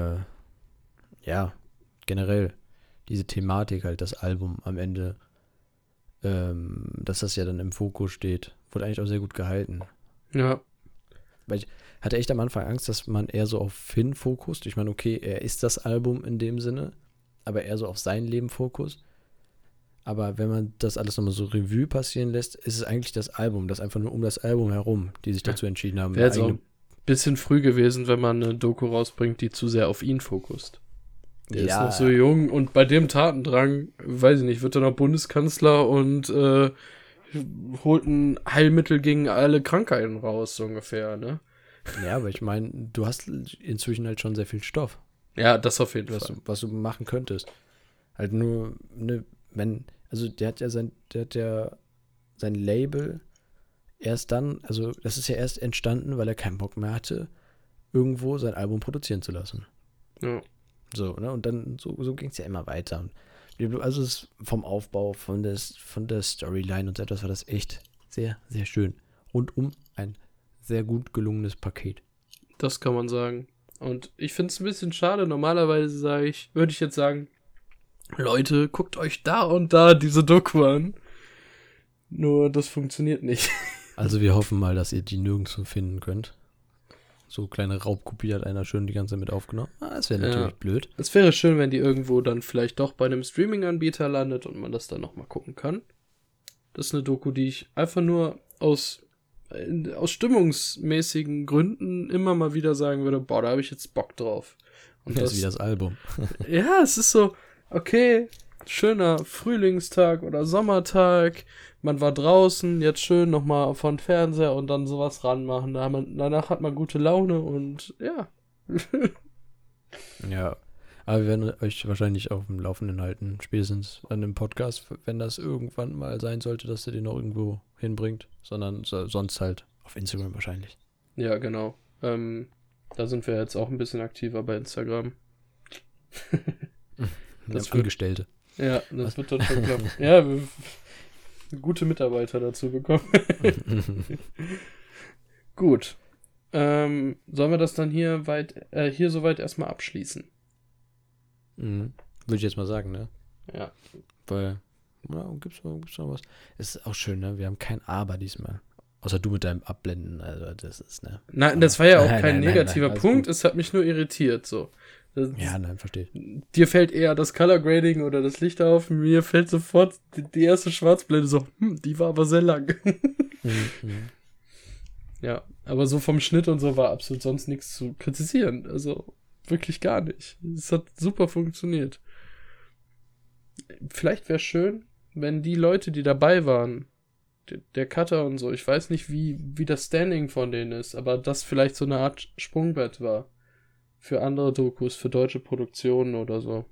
S2: generell diese Thematik halt, das Album am Ende, dass das ja dann im Fokus steht, wurde eigentlich auch sehr gut gehalten.
S1: Ja.
S2: Weil ich hatte echt am Anfang Angst, dass man eher so auf Finn fokust. Ich meine, okay, er ist das Album in dem Sinne, aber eher so auf sein Leben Fokus. Aber wenn man das alles nochmal so Revue passieren lässt, ist es eigentlich das Album, das einfach nur um das Album herum, die sich dazu entschieden haben.
S1: Wäre jetzt auch ein bisschen früh gewesen, wenn man eine Doku rausbringt, die zu sehr auf ihn fokust. Der ist noch so jung und bei dem Tatendrang, weiß ich nicht, wird er noch Bundeskanzler und holt ein Heilmittel gegen alle Krankheiten raus, so ungefähr, ne?
S2: Ja, aber ich meine, du hast inzwischen halt schon sehr viel Stoff.
S1: Ja, das auf jeden Fall.
S2: Was du machen könntest. Halt nur, ne, der hat ja sein Label erst dann, also das ist ja erst entstanden, weil er keinen Bock mehr hatte, irgendwo sein Album produzieren zu lassen.
S1: Ja.
S2: So, ne, und dann, so ging es ja immer weiter. Also es vom Aufbau, von der Storyline und so etwas war das echt sehr, sehr schön. Rundum ein sehr gut gelungenes Paket.
S1: Das kann man sagen. Und ich finde es ein bisschen schade. Normalerweise würde ich jetzt sagen, Leute, guckt euch da und da diese Doku an. Nur das funktioniert nicht.
S2: Also wir hoffen mal, dass ihr die nirgendwo finden könnt. So kleine Raubkopie hat einer schön die ganze Zeit mit aufgenommen. Das wäre natürlich blöd.
S1: Es wäre schön, wenn die irgendwo dann vielleicht doch bei einem Streaming-Anbieter landet und man das dann nochmal gucken kann. Das ist eine Doku, die ich einfach nur aus stimmungsmäßigen Gründen immer mal wieder sagen würde, boah, da habe ich jetzt Bock drauf. Und
S2: das ist wie das Album.
S1: Ja, es ist so, okay, schöner Frühlingstag oder Sommertag, man war draußen, jetzt schön nochmal von Fernseher und dann sowas ranmachen. Danach hat man gute Laune und ja.
S2: Ja, aber wir werden euch wahrscheinlich auf dem Laufenden halten, spätestens an dem Podcast, wenn das irgendwann mal sein sollte, dass ihr den noch irgendwo hinbringt, sondern sonst halt auf Instagram wahrscheinlich.
S1: Ja, genau. Da sind wir jetzt auch ein bisschen aktiver bei Instagram. Das wird,
S2: Angestellte.
S1: ja, das wird dann schon klappen. Ja, wir gute Mitarbeiter dazu bekommen. Gut. Sollen wir das dann hier soweit erstmal abschließen?
S2: Würde ich jetzt mal sagen, ne?
S1: Ja.
S2: Weil, gibt's noch was? Es ist auch schön, ne? Wir haben kein Aber diesmal. Außer du mit deinem Abblenden, also das ist, ne?
S1: Nein, das war ja auch
S2: Nein,
S1: kein
S2: nein,
S1: negativer
S2: alles
S1: Punkt,
S2: gut.
S1: es hat mich nur irritiert, so.
S2: Ja, nein, verstehe ich.
S1: Dir fällt eher das Color Grading oder das Licht auf, mir fällt sofort die erste Schwarzblende so, die war aber sehr lang. Ja, aber so vom Schnitt und so war absolut sonst nichts zu kritisieren, also wirklich gar nicht. Es hat super funktioniert. Vielleicht wäre schön, wenn die Leute, die dabei waren, der Cutter und so, ich weiß nicht, wie das Standing von denen ist, aber das vielleicht so eine Art Sprungbrett war. Für andere Dokus, für deutsche Produktionen oder so.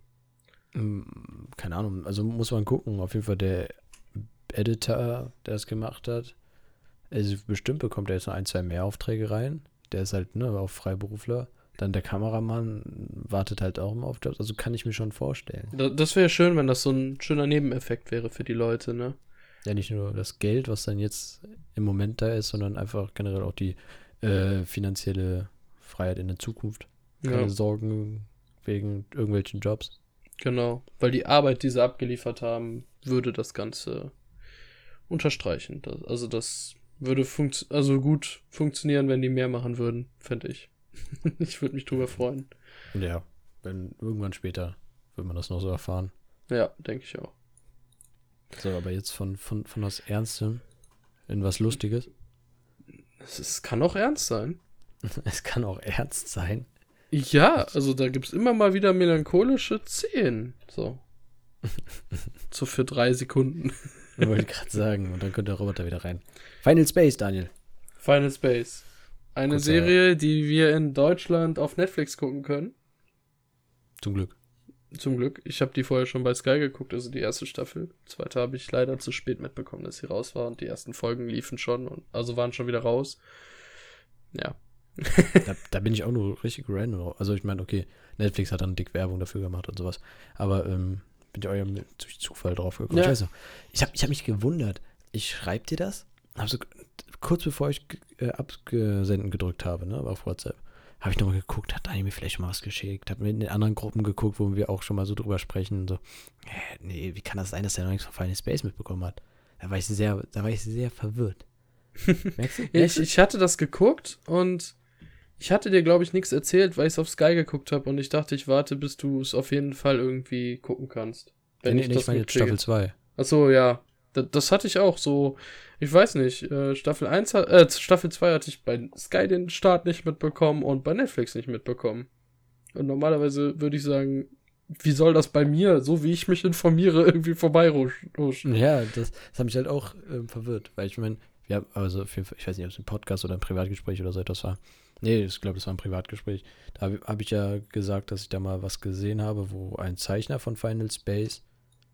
S2: Keine Ahnung, also muss man gucken. Auf jeden Fall der Editor, der es gemacht hat, also bestimmt bekommt er jetzt noch 1, 2 mehr Aufträge rein. Der ist halt, ne, auch Freiberufler. Dann der Kameramann wartet halt auch immer auf Jobs, also kann ich mir schon vorstellen.
S1: Das wäre schön, wenn das so ein schöner Nebeneffekt wäre für die Leute, ne?
S2: Ja, nicht nur das Geld, was dann jetzt im Moment da ist, sondern einfach generell auch die finanzielle Freiheit in der Zukunft. Keine Sorgen wegen irgendwelchen Jobs.
S1: Genau, weil die Arbeit, die sie abgeliefert haben, würde das Ganze unterstreichen. Das würde gut funktionieren, wenn die mehr machen würden, fände ich. Ich würde mich drüber freuen.
S2: Ja, wenn irgendwann später wird man das noch so erfahren.
S1: Ja, denke ich auch.
S2: So, aber jetzt von was Ernstem in was Lustiges.
S1: Es kann auch ernst sein.
S2: Es kann auch ernst sein.
S1: Ja, also da gibt es immer mal wieder melancholische Szenen. So. So für 3 Sekunden.
S2: Wollte ich gerade sagen. Und dann könnte der Roboter wieder rein. Final Space, Daniel.
S1: Final Space. Eine Serie, die wir in Deutschland auf Netflix gucken können.
S2: Zum Glück.
S1: Zum Glück. Ich habe die vorher schon bei Sky geguckt, also die erste Staffel. Die zweite habe ich leider zu spät mitbekommen, dass sie raus war. Und die ersten Folgen liefen schon. Also waren schon wieder raus. Ja.
S2: Da bin ich auch nur richtig random. Also ich meine, okay, Netflix hat dann dick Werbung dafür gemacht und sowas. Aber bin ich auch ja durch Zufall drauf gekommen.
S1: Ja.
S2: Ich weiß noch, ich hab mich gewundert. Ich schreibe dir das, hab so kurz bevor ich abgesenden gedrückt habe, ne, auf WhatsApp, habe ich nochmal geguckt, hat Daniel mir vielleicht schon mal was geschickt, habe mir in den anderen Gruppen geguckt, wo wir auch schon mal so drüber sprechen und so. Nee, wie kann das sein, dass der noch nichts von Final Space mitbekommen hat? Da war ich sehr verwirrt. Merkst du?
S1: Ich hatte das geguckt und ich hatte dir, glaube ich, nichts erzählt, weil ich es auf Sky geguckt habe und ich dachte, ich warte, bis du es auf jeden Fall irgendwie gucken kannst. Wenn ich das
S2: meine jetzt Staffel 2.
S1: Achso, ja. Das hatte ich auch so, ich weiß nicht, Staffel 2 hatte ich bei Sky den Start nicht mitbekommen und bei Netflix nicht mitbekommen. Und normalerweise würde ich sagen, wie soll das bei mir, so wie ich mich informiere, irgendwie vorbeihuschen?
S2: Ja, das hat mich halt auch verwirrt, weil ich meine, wir haben, also auf jeden Fall, ich weiß nicht, ob es ein Podcast oder ein Privatgespräch oder so etwas war. Nee, ich glaube, das war ein Privatgespräch. Da habe ich ja gesagt, dass ich da mal was gesehen habe, wo ein Zeichner von Final Space,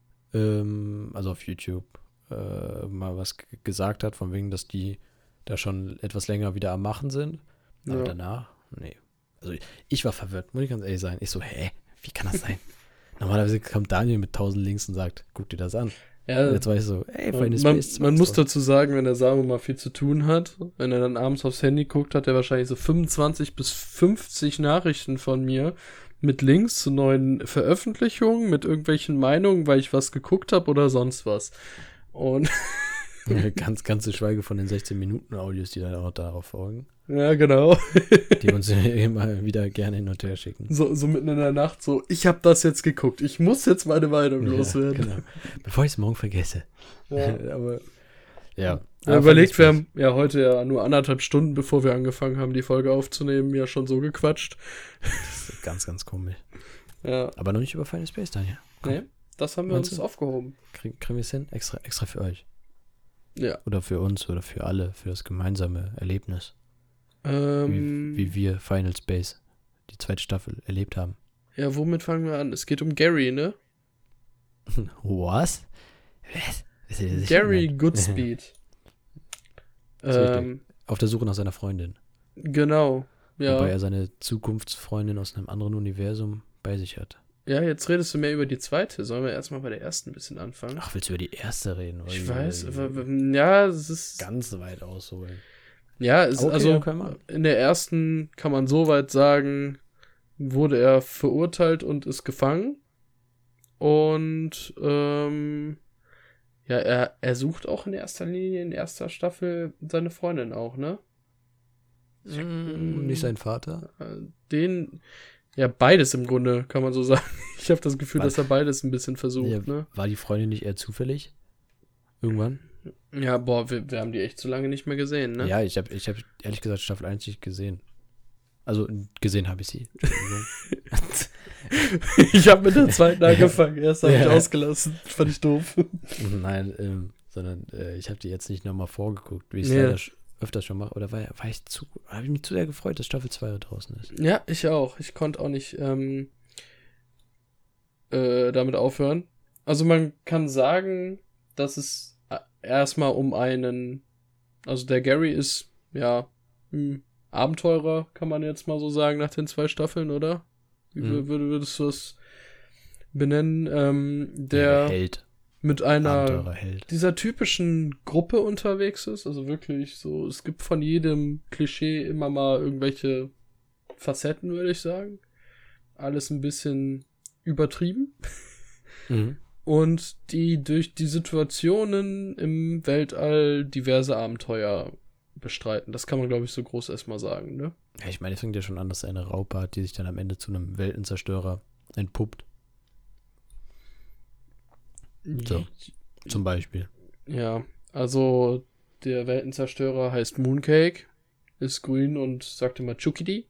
S2: also auf YouTube, mal was gesagt hat, von wegen, dass die da schon etwas länger wieder am Machen sind. Aber danach, nee. Also ich war verwirrt, muss ich ganz ehrlich sein. Ich so, wie kann das sein? Normalerweise kommt Daniel mit 1000 Links und sagt, guck dir das an.
S1: Ja,
S2: und jetzt war ich so, Final Space.
S1: Man muss dazu sagen, wenn der Samu mal viel zu tun hat, wenn er dann abends aufs Handy guckt, hat er wahrscheinlich so 25 bis 50 Nachrichten von mir mit Links zu neuen Veröffentlichungen, mit irgendwelchen Meinungen, weil ich was geguckt habe oder sonst was. Und
S2: ganz zu schweige von den 16 Minuten Audios, die dann auch darauf folgen.
S1: Ja, genau.
S2: Die uns immer wieder gerne hin und her schicken.
S1: So mitten in der Nacht, so, ich habe das jetzt geguckt, ich muss jetzt meine Meinung loswerden.
S2: Genau. Bevor ich es morgen vergesse.
S1: Ja.
S2: Aber, ja.
S1: Überlegt, wir haben ja heute ja nur 1,5 Stunden, bevor wir angefangen haben, die Folge aufzunehmen, ja schon so gequatscht.
S2: Das ist ganz, ganz komisch.
S1: Ja.
S2: Aber noch nicht über Final Space, Daniel.
S1: Nee, das haben wir uns aufgehoben.
S2: Kriegen wir es hin? Extra für euch.
S1: Ja.
S2: Oder für uns oder für alle, für das gemeinsame Erlebnis. Wie wir Final Space, die zweite Staffel, erlebt haben.
S1: Ja, womit fangen wir an? Es geht um Gary, ne?
S2: Was?
S1: Gary Goodspeed.
S2: Auf der Suche nach seiner Freundin.
S1: Genau, ja.
S2: Wobei er seine Zukunftsfreundin aus einem anderen Universum bei sich hat.
S1: Ja, jetzt redest du mehr über die zweite. Sollen wir erstmal bei der ersten ein bisschen anfangen?
S2: Ach, willst du über die erste reden?
S1: Ich weiß, aber ja, es ist...
S2: Ganz weit ausholen.
S1: Ja,
S2: Okay,
S1: also
S2: ja, können wir.
S1: in der ersten kann man so weit sagen, wurde er verurteilt und ist gefangen. Und ja, er sucht auch in erster Linie in erster Staffel seine Freundin auch, ne?
S2: Nicht sein Vater?
S1: Ja, beides im Grunde, kann man so sagen. Ich habe das Gefühl,
S2: Was?
S1: dass er beides ein bisschen versucht,
S2: Ja,
S1: ne?
S2: war die Freundin nicht eher zufällig? Irgendwann?
S1: Ja, boah, wir haben die echt zu lange nicht mehr gesehen, ne?
S2: Ja, ich hab ehrlich gesagt Staffel 1 nicht gesehen. Also, gesehen habe ich sie. Entschuldigung.
S1: Ich habe mit der zweiten angefangen, erst habe ich ausgelassen. Fand ich doof.
S2: Nein, sondern ich habe die jetzt nicht nochmal vorgeguckt, wie ich es
S1: Ja.
S2: leider öfters schon mache. Oder habe ich mich zu sehr gefreut, dass Staffel 2 draußen ist.
S1: Ja, ich auch. Ich konnte auch nicht damit aufhören. Also man kann sagen, dass es erstmal um also der Gary ist, ja, Abenteurer, kann man jetzt mal so sagen, nach den 2 Staffeln, oder? Wie würdest du das benennen? Der
S2: Held.
S1: mit einer
S2: Abenteurer-Held.
S1: dieser typischen Gruppe unterwegs ist. Also wirklich so, es gibt von jedem Klischee immer mal irgendwelche Facetten, würde ich sagen. Alles ein bisschen übertrieben.
S2: Mhm.
S1: Und die durch die Situationen im Weltall diverse Abenteuer bestreiten. Das kann man, glaube ich, so groß erstmal sagen, ne?
S2: Ja, ich meine, es fängt ja schon an, dass er eine Raupe hat, die sich dann am Ende zu einem Weltenzerstörer entpuppt. So, zum Beispiel.
S1: Ja, also der Weltenzerstörer heißt Mooncake, ist grün und sagt immer Chukidi.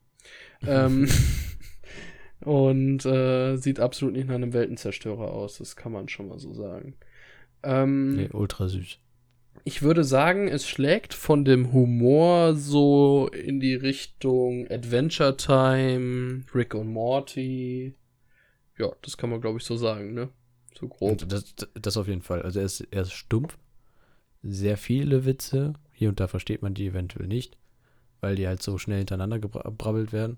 S1: Und sieht absolut nicht nach einem Weltenzerstörer aus, das kann man schon mal so sagen.
S2: Nee, ultra süß.
S1: Ich würde sagen, es schlägt von dem Humor so in die Richtung Adventure Time, Rick und Morty. Ja, das kann man, glaube ich, so sagen, ne? So grob.
S2: Und das auf jeden Fall. Also er ist stumpf. Sehr viele Witze. Hier und da versteht man die eventuell nicht, weil die halt so schnell hintereinander gebrabbelt werden.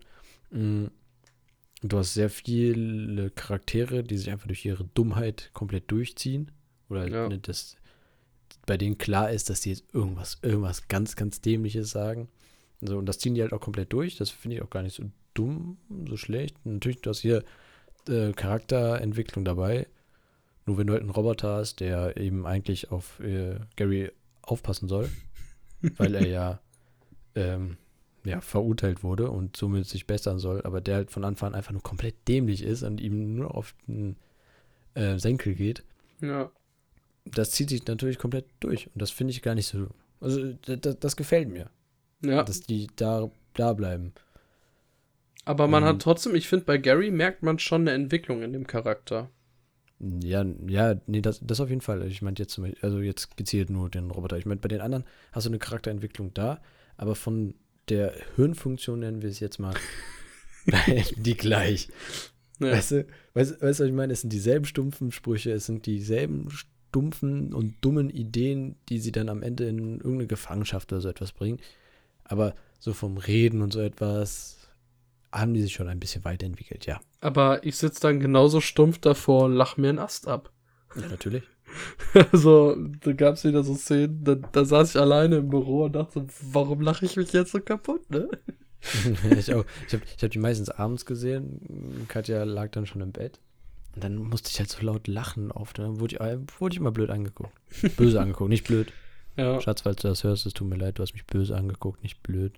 S2: Du hast sehr viele Charaktere, die sich einfach durch ihre Dummheit komplett durchziehen. Oder
S1: Ja.
S2: das bei denen klar ist, dass die jetzt irgendwas ganz, ganz Dämliches sagen. So, und das ziehen die halt auch komplett durch. Das finde ich auch gar nicht so dumm, so schlecht. Natürlich, du hast hier Charakterentwicklung dabei. Nur wenn du halt einen Roboter hast, der eben eigentlich auf Gary aufpassen soll, weil er ja verurteilt wurde und somit sich bessern soll, aber der halt von Anfang an einfach nur komplett dämlich ist und ihm nur auf den Senkel geht.
S1: Ja.
S2: Das zieht sich natürlich komplett durch. Und das finde ich gar nicht so. Also, das gefällt mir.
S1: Ja.
S2: Dass die da bleiben.
S1: Aber man hat trotzdem, ich finde, bei Gary merkt man schon eine Entwicklung in dem Charakter.
S2: Ja, nee, das auf jeden Fall. Ich meinte jetzt zum Beispiel, also jetzt gezielt nur den Roboter. Ich meinte, bei den anderen hast du eine Charakterentwicklung da, aber von der Hirnfunktion nennen wir es jetzt mal die gleich.
S1: Ja.
S2: Weißt du, was ich meine? Es sind dieselben stumpfen Sprüche, es sind dieselben stumpfen und dummen Ideen, die sie dann am Ende in irgendeine Gefangenschaft oder so etwas bringen. Aber so vom Reden und so etwas haben die sich schon ein bisschen weiterentwickelt, ja.
S1: Aber ich sitze dann genauso stumpf davor und lach mir einen Ast ab.
S2: Ja, natürlich.
S1: Also, da gab es wieder so Szenen, da saß ich alleine im Büro und dachte so, warum lache ich mich jetzt so kaputt, ne?
S2: Ich auch. Ich hab die meistens abends gesehen. Katja lag dann schon im Bett. Und dann musste ich halt so laut lachen oft. Und dann wurde ich immer blöd angeguckt. Böse angeguckt, nicht blöd.
S1: Ja.
S2: Schatz, falls du das hörst, es tut mir leid, du hast mich böse angeguckt, nicht blöd.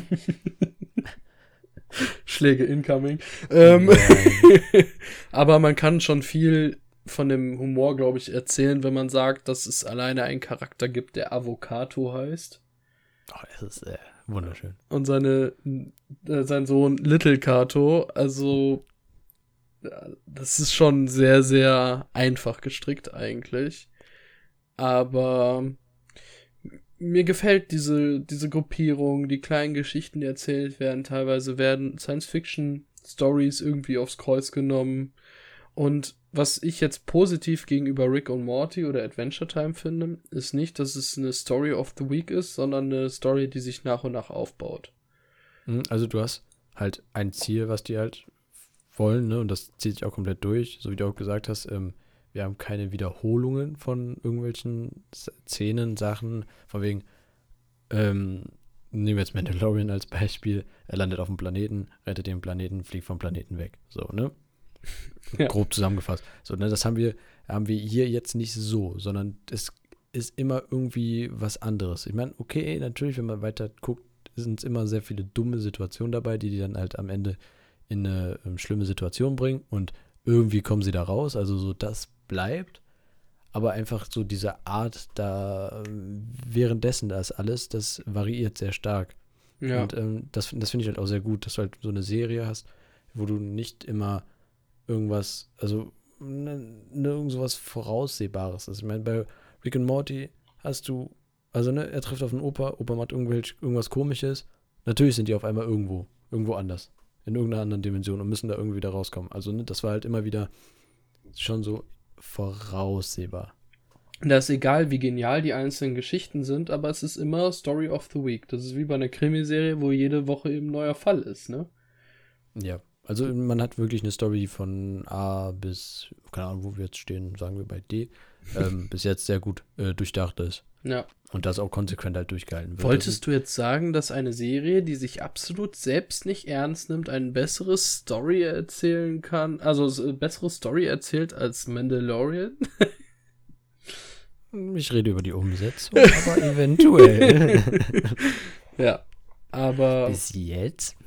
S1: Schläge incoming. Aber man kann schon viel von dem Humor, glaube ich, erzählen, wenn man sagt, dass es alleine einen Charakter gibt, der Avocato heißt.
S2: Oh, es ist wunderschön.
S1: Und sein Sohn Little Kato, also das ist schon sehr, sehr einfach gestrickt eigentlich. Aber mir gefällt diese Gruppierung, die kleinen Geschichten, die erzählt werden. Teilweise werden Science-Fiction-Stories irgendwie aufs Kreuz genommen. Und was ich jetzt positiv gegenüber Rick und Morty oder Adventure Time finde, ist nicht, dass es eine Story of the Week ist, sondern eine Story, die sich nach und nach aufbaut.
S2: Also du hast halt ein Ziel, was die halt wollen, ne, und das zieht sich auch komplett durch, so wie du auch gesagt hast, wir haben keine Wiederholungen von irgendwelchen Szenen, Sachen, von wegen, nehmen wir jetzt Mandalorian als Beispiel, er landet auf dem Planeten, rettet den Planeten, fliegt vom Planeten weg, so, ne?
S1: Ja.
S2: Grob zusammengefasst. So, ne, das haben wir hier jetzt nicht so, sondern es ist immer irgendwie was anderes. Ich meine, okay, natürlich, wenn man weiter guckt, sind es immer sehr viele dumme Situationen dabei, die dann halt am Ende in eine schlimme Situation bringen und irgendwie kommen sie da raus, also so das bleibt, aber einfach so diese Art da währenddessen das alles, das variiert sehr stark.
S1: Ja.
S2: Und das finde ich halt auch sehr gut, dass du halt so eine Serie hast, wo du nicht immer irgendwas, also irgend sowas Voraussehbares ist. Ich meine, bei Rick and Morty hast du, also ne, er trifft auf einen Opa macht irgendwas Komisches, natürlich sind die auf einmal irgendwo anders, in irgendeiner anderen Dimension und müssen da irgendwie da rauskommen. Also ne, das war halt immer wieder schon so voraussehbar.
S1: Da ist egal, wie genial die einzelnen Geschichten sind, aber es ist immer Story of the Week. Das ist wie bei einer Krimiserie, wo jede Woche eben ein neuer Fall ist, ne?
S2: Ja, also man hat wirklich eine Story von A bis, keine Ahnung, wo wir jetzt stehen, sagen wir bei D, bis jetzt sehr gut durchdacht ist.
S1: Ja.
S2: Und das auch konsequent halt durchgehalten wird.
S1: Wolltest du jetzt sagen, dass eine Serie, die sich absolut selbst nicht ernst nimmt, eine bessere Story erzählen kann, also eine bessere Story erzählt als Mandalorian?
S2: Ich rede über die Umsetzung, aber eventuell.
S1: Ja, aber
S2: Bis jetzt?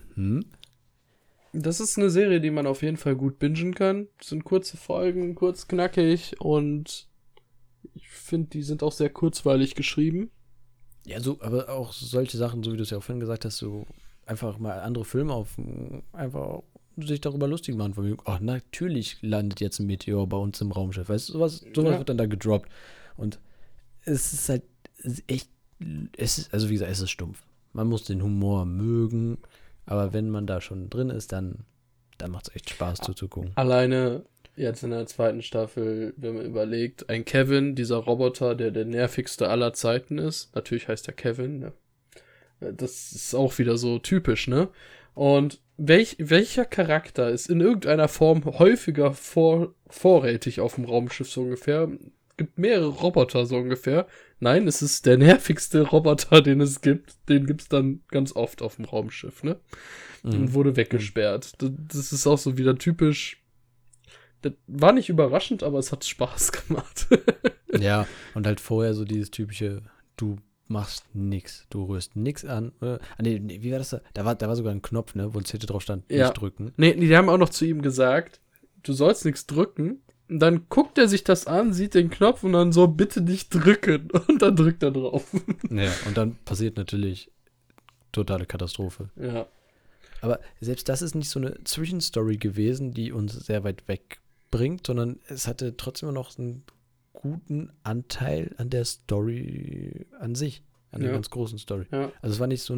S1: das ist eine Serie, die man auf jeden Fall gut bingen kann. Das sind kurze Folgen, kurz knackig und ich finde, die sind auch sehr kurzweilig geschrieben.
S2: Ja, so, aber auch solche Sachen, so wie du es ja auch vorhin gesagt hast, so einfach mal andere Filme einfach sich darüber lustig machen. Von mir, ach, natürlich landet jetzt ein Meteor bei uns im Raumschiff. Weißt du, sowas wird dann da gedroppt. Und es ist halt echt, also wie gesagt, es ist stumpf. Man muss den Humor mögen, aber wenn man da schon drin ist, dann macht es echt Spaß zuzugucken.
S1: Alleine jetzt in der zweiten Staffel, wenn man überlegt, ein Kevin, dieser Roboter, der nervigste aller Zeiten ist. Natürlich heißt er Kevin, ne? Das ist auch wieder so typisch, ne? Und welcher Charakter ist in irgendeiner Form häufiger vorrätig auf dem Raumschiff so ungefähr? Es gibt mehrere Roboter so ungefähr. Nein, es ist der nervigste Roboter, den es gibt. Den gibt es dann ganz oft auf dem Raumschiff, ne? Und wurde weggesperrt. Das ist auch so wieder typisch. Das war nicht überraschend, aber es hat Spaß gemacht.
S2: Ja, und halt vorher so dieses typische, du machst nix, du rührst nix an. Nee, wie war das da? Da war sogar ein Knopf, ne, wo ein Zettel drauf stand,
S1: Ja.
S2: nicht drücken.
S1: Nee, die haben auch noch zu ihm gesagt, du sollst nichts drücken. Und dann guckt er sich das an, sieht den Knopf und dann so, bitte nicht drücken. Und dann drückt er drauf.
S2: Ja, und dann passiert natürlich totale Katastrophe.
S1: Ja.
S2: Aber selbst das ist nicht so eine Zwischenstory gewesen, die uns sehr weit weg bringt, sondern es hatte trotzdem noch einen guten Anteil an der Story an sich, an der ganz großen Story.
S1: Ja.
S2: Also es war nicht so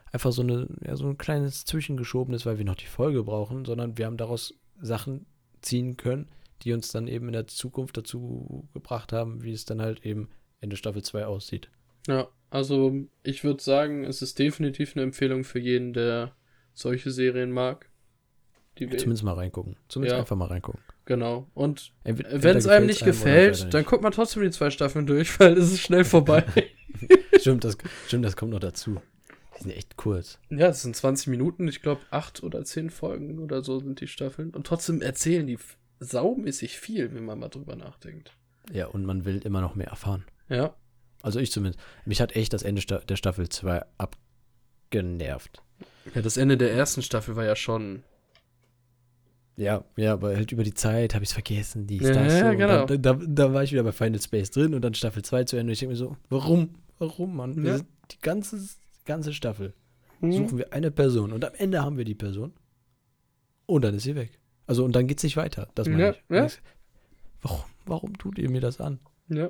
S2: ein kleines Zwischengeschobenes, weil wir noch die Folge brauchen, sondern wir haben daraus Sachen ziehen können, die uns dann eben in der Zukunft dazu gebracht haben, wie es dann halt eben Ende Staffel 2 aussieht.
S1: Ja, also ich würde sagen, es ist definitiv eine Empfehlung für jeden, der solche Serien mag.
S2: Zumindest mal reingucken. Einfach mal reingucken.
S1: Genau. Und
S2: Wenn
S1: es einem nicht gefällt, dann guckt man trotzdem die 2 Staffeln durch, weil es ist schnell vorbei.
S2: Stimmt, das kommt noch dazu. Die sind echt kurz.
S1: Ja, es sind 20 Minuten. Ich glaube, 8 oder 10 Folgen oder so sind die Staffeln. Und trotzdem erzählen die saumäßig viel, wenn man mal drüber nachdenkt.
S2: Ja, und man will immer noch mehr erfahren.
S1: Ja.
S2: Also ich zumindest. Mich hat echt das Ende der Staffel 2 abgenervt.
S1: Ja, das Ende der ersten Staffel war ja schon...
S2: Ja, aber halt über die Zeit habe ich es vergessen,
S1: Ja, genau.
S2: Da war ich wieder bei Final Space drin und dann Staffel 2 zu Ende. Und ich denke mir so, warum, Mann?
S1: Ja.
S2: Die ganze Staffel suchen wir eine Person und am Ende haben wir die Person und dann ist sie weg. Also und dann geht es nicht weiter. Das meine ich.
S1: Ja.
S2: Warum tut ihr mir das an?
S1: Ja.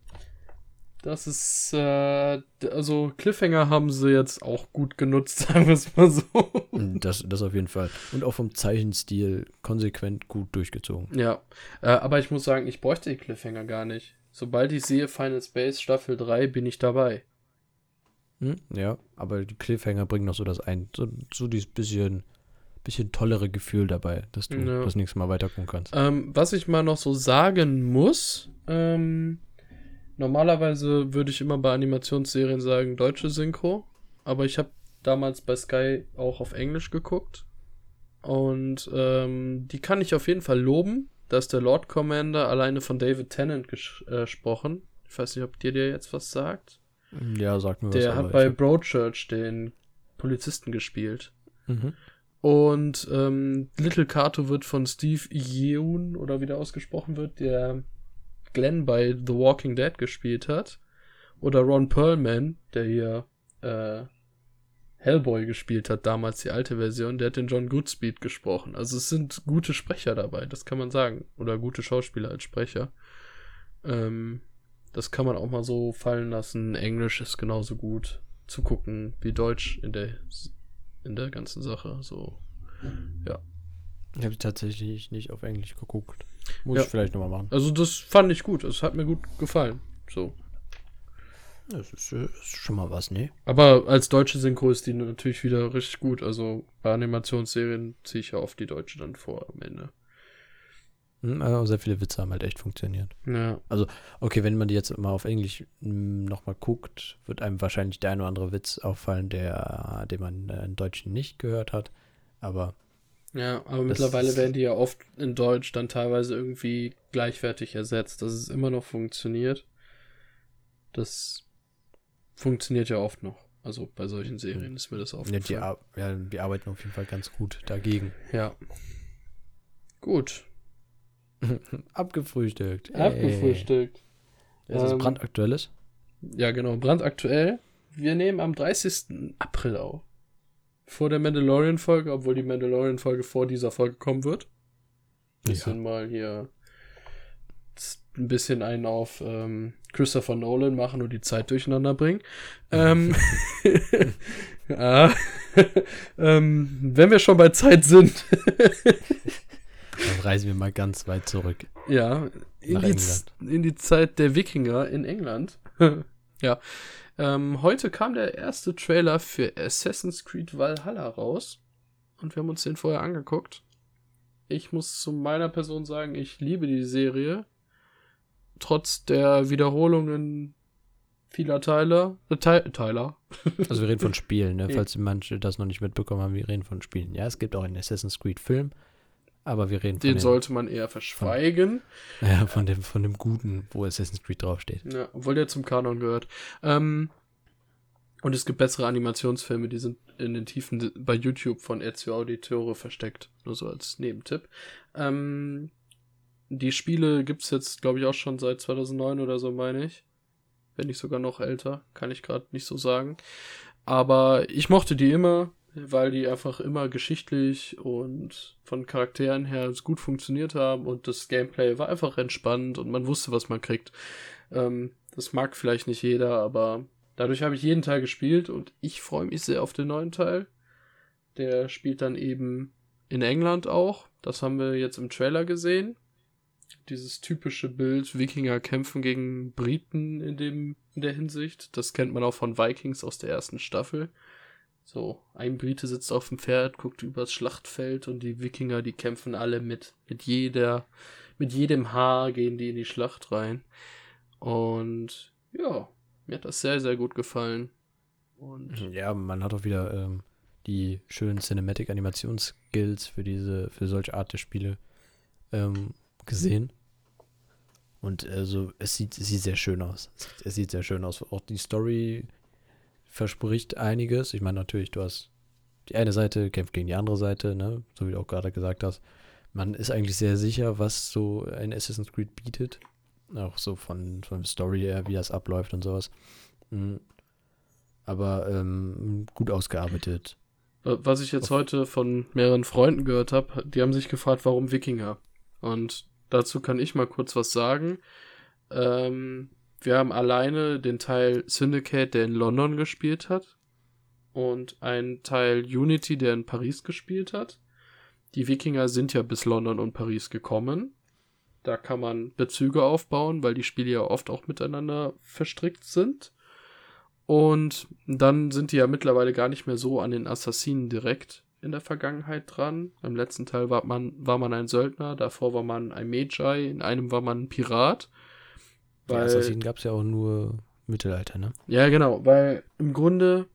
S1: Das ist, also Cliffhanger haben sie jetzt auch gut genutzt, sagen wir es mal so.
S2: Das auf jeden Fall. Und auch vom Zeichenstil konsequent gut durchgezogen.
S1: Ja, aber ich muss sagen, ich bräuchte die Cliffhanger gar nicht. Sobald ich sehe Final Space Staffel 3, bin ich dabei.
S2: Ja, aber die Cliffhanger bringen noch so das so dieses bisschen bisschen tollere Gefühl dabei, dass du das nächste Mal weiter gucken kannst.
S1: Was ich mal noch so sagen muss, normalerweise würde ich immer bei Animationsserien sagen deutsche Synchro, aber ich habe damals bei Sky auch auf Englisch geguckt und die kann ich auf jeden Fall loben. Da ist der Lord Commander alleine von David Tennant gesprochen. Ich weiß nicht, ob der jetzt was sagt.
S2: Ja, sag mir was.
S1: Der hat bei Broadchurch den Polizisten gespielt.
S2: Mhm.
S1: Und Little Cato wird von Steve Yeun, oder wie der ausgesprochen wird, der Glenn bei The Walking Dead gespielt hat. Oder Ron Perlman, der hier Hellboy gespielt hat, damals die alte Version, der hat den John Goodspeed gesprochen. Also es sind gute Sprecher dabei, das kann man sagen. Oder gute Schauspieler als Sprecher. Das kann man auch mal so fallen lassen. Englisch ist genauso gut zu gucken wie Deutsch in der ganzen Sache. So, ja.
S2: Ich habe tatsächlich nicht auf Englisch geguckt. Muss ich vielleicht nochmal machen.
S1: Also das fand ich gut. Das hat mir gut gefallen. So.
S2: Das ist schon mal was, ne?
S1: Aber als deutsche Synchro ist die natürlich wieder richtig gut. Also bei Animationsserien ziehe ich ja oft die deutsche dann vor am Ende.
S2: Also sehr viele Witze haben halt echt funktioniert.
S1: Ja.
S2: Also, okay, wenn man die jetzt mal auf Englisch nochmal guckt, wird einem wahrscheinlich der ein oder andere Witz auffallen, den man in Deutschen nicht gehört hat. Aber
S1: ja, aber mittlerweile werden die ja oft in Deutsch dann teilweise irgendwie gleichwertig ersetzt, dass es immer noch funktioniert. Das funktioniert ja oft noch. Also bei solchen Serien ist mir das aufgefallen.
S2: Ja, die arbeiten auf jeden Fall ganz gut dagegen.
S1: Ja. Gut.
S2: Abgefrühstückt.
S1: Abgefrühstückt.
S2: Ist das brandaktuelles?
S1: Ja, genau, brandaktuell. Wir nehmen am 30. April auf. Vor der Mandalorian-Folge, obwohl die Mandalorian-Folge vor dieser Folge kommen wird. Bisschen mal hier ein bisschen einen auf Christopher Nolan machen und die Zeit durcheinander bringen. Ja. Wenn wir schon bei Zeit sind.
S2: Dann reisen wir mal ganz weit zurück.
S1: Ja, in die Zeit der Wikinger in England. Ja. Heute kam der erste Trailer für Assassin's Creed Valhalla raus. Und wir haben uns den vorher angeguckt. Ich muss zu meiner Person sagen, ich liebe die Serie. Trotz der Wiederholungen vieler Teiler.
S2: Also wir reden von Spielen, ne? Falls manche das noch nicht mitbekommen haben, wir reden von Spielen. Ja, es gibt auch einen Assassin's Creed Film, aber wir reden von
S1: den sollte man eher verschweigen.
S2: Von dem Guten, wo Assassin's Creed draufsteht.
S1: Ja, obwohl der zum Kanon gehört. Und es gibt bessere Animationsfilme, die sind in den Tiefen bei YouTube von Ezio Auditore versteckt. Nur so als Nebentipp. Die Spiele gibt's jetzt, glaube ich, auch schon seit 2009 oder so, meine ich. Wenn nicht sogar noch älter, kann ich gerade nicht so sagen. Aber ich mochte die immer, weil die einfach immer geschichtlich und von Charakteren her gut funktioniert haben und das Gameplay war einfach entspannt und man wusste, was man kriegt. Das mag vielleicht nicht jeder, aber dadurch habe ich jeden Teil gespielt und ich freue mich sehr auf den neuen Teil. Der spielt dann eben in England auch. Das haben wir jetzt im Trailer gesehen. Dieses typische Bild, Wikinger kämpfen gegen Briten in der Hinsicht. Das kennt man auch von Vikings aus der ersten Staffel. So, ein Brite sitzt auf dem Pferd, guckt übers Schlachtfeld und die Wikinger, die kämpfen alle mit jedem Haar gehen die in die Schlacht rein. Und ja, mir hat das sehr, sehr gut gefallen. Und
S2: ja, man hat auch wieder die schönen Cinematic-Animations-Skills für solche Art der Spiele gesehen. Und also es sieht sehr schön aus. Es sieht sehr schön aus. Auch die Story verspricht einiges. Ich meine natürlich, du hast die eine Seite kämpft gegen die andere Seite, ne? So wie du auch gerade gesagt hast. Man ist eigentlich sehr sicher, was so ein Assassin's Creed bietet. Auch so von Story her, wie das abläuft und sowas. Aber gut ausgearbeitet.
S1: Was ich jetzt heute von mehreren Freunden gehört habe, die haben sich gefragt, warum Wikinger? Und dazu kann ich mal kurz was sagen. Wir haben alleine den Teil Syndicate, der in London gespielt hat. Und einen Teil Unity, der in Paris gespielt hat. Die Wikinger sind ja bis London und Paris gekommen. Da kann man Bezüge aufbauen, weil die Spiele ja oft auch miteinander verstrickt sind. Und dann sind die ja mittlerweile gar nicht mehr so an den Assassinen direkt in der Vergangenheit dran. Im letzten Teil war man ein Söldner, davor war man ein Magi, in einem war man ein Pirat.
S2: Die Assassinen gab es ja auch nur Mittelalter, ne?
S1: Ja, genau, weil im Grunde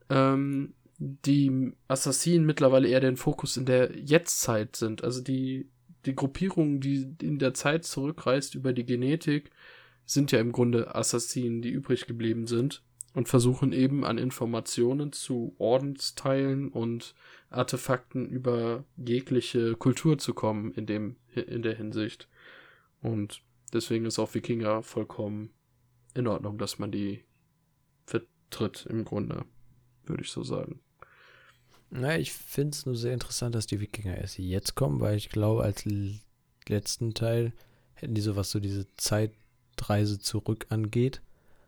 S1: die Assassinen mittlerweile eher den Fokus in der Jetztzeit sind. Also die Gruppierung, die in der Zeit zurückreist über die Genetik, sind ja im Grunde Assassinen, die übrig geblieben sind und versuchen eben an Informationen zu Ordensteilen und Artefakten über jegliche Kultur zu kommen in der Hinsicht. Und deswegen ist auch Wikinger vollkommen in Ordnung, dass man die vertritt im Grunde, würde ich so sagen.
S2: Na, ich finde es nur sehr interessant, dass die Wikinger erst jetzt kommen, weil ich glaube, als letzten Teil hätten die sowas, so diese Zeitreise zurück angeht,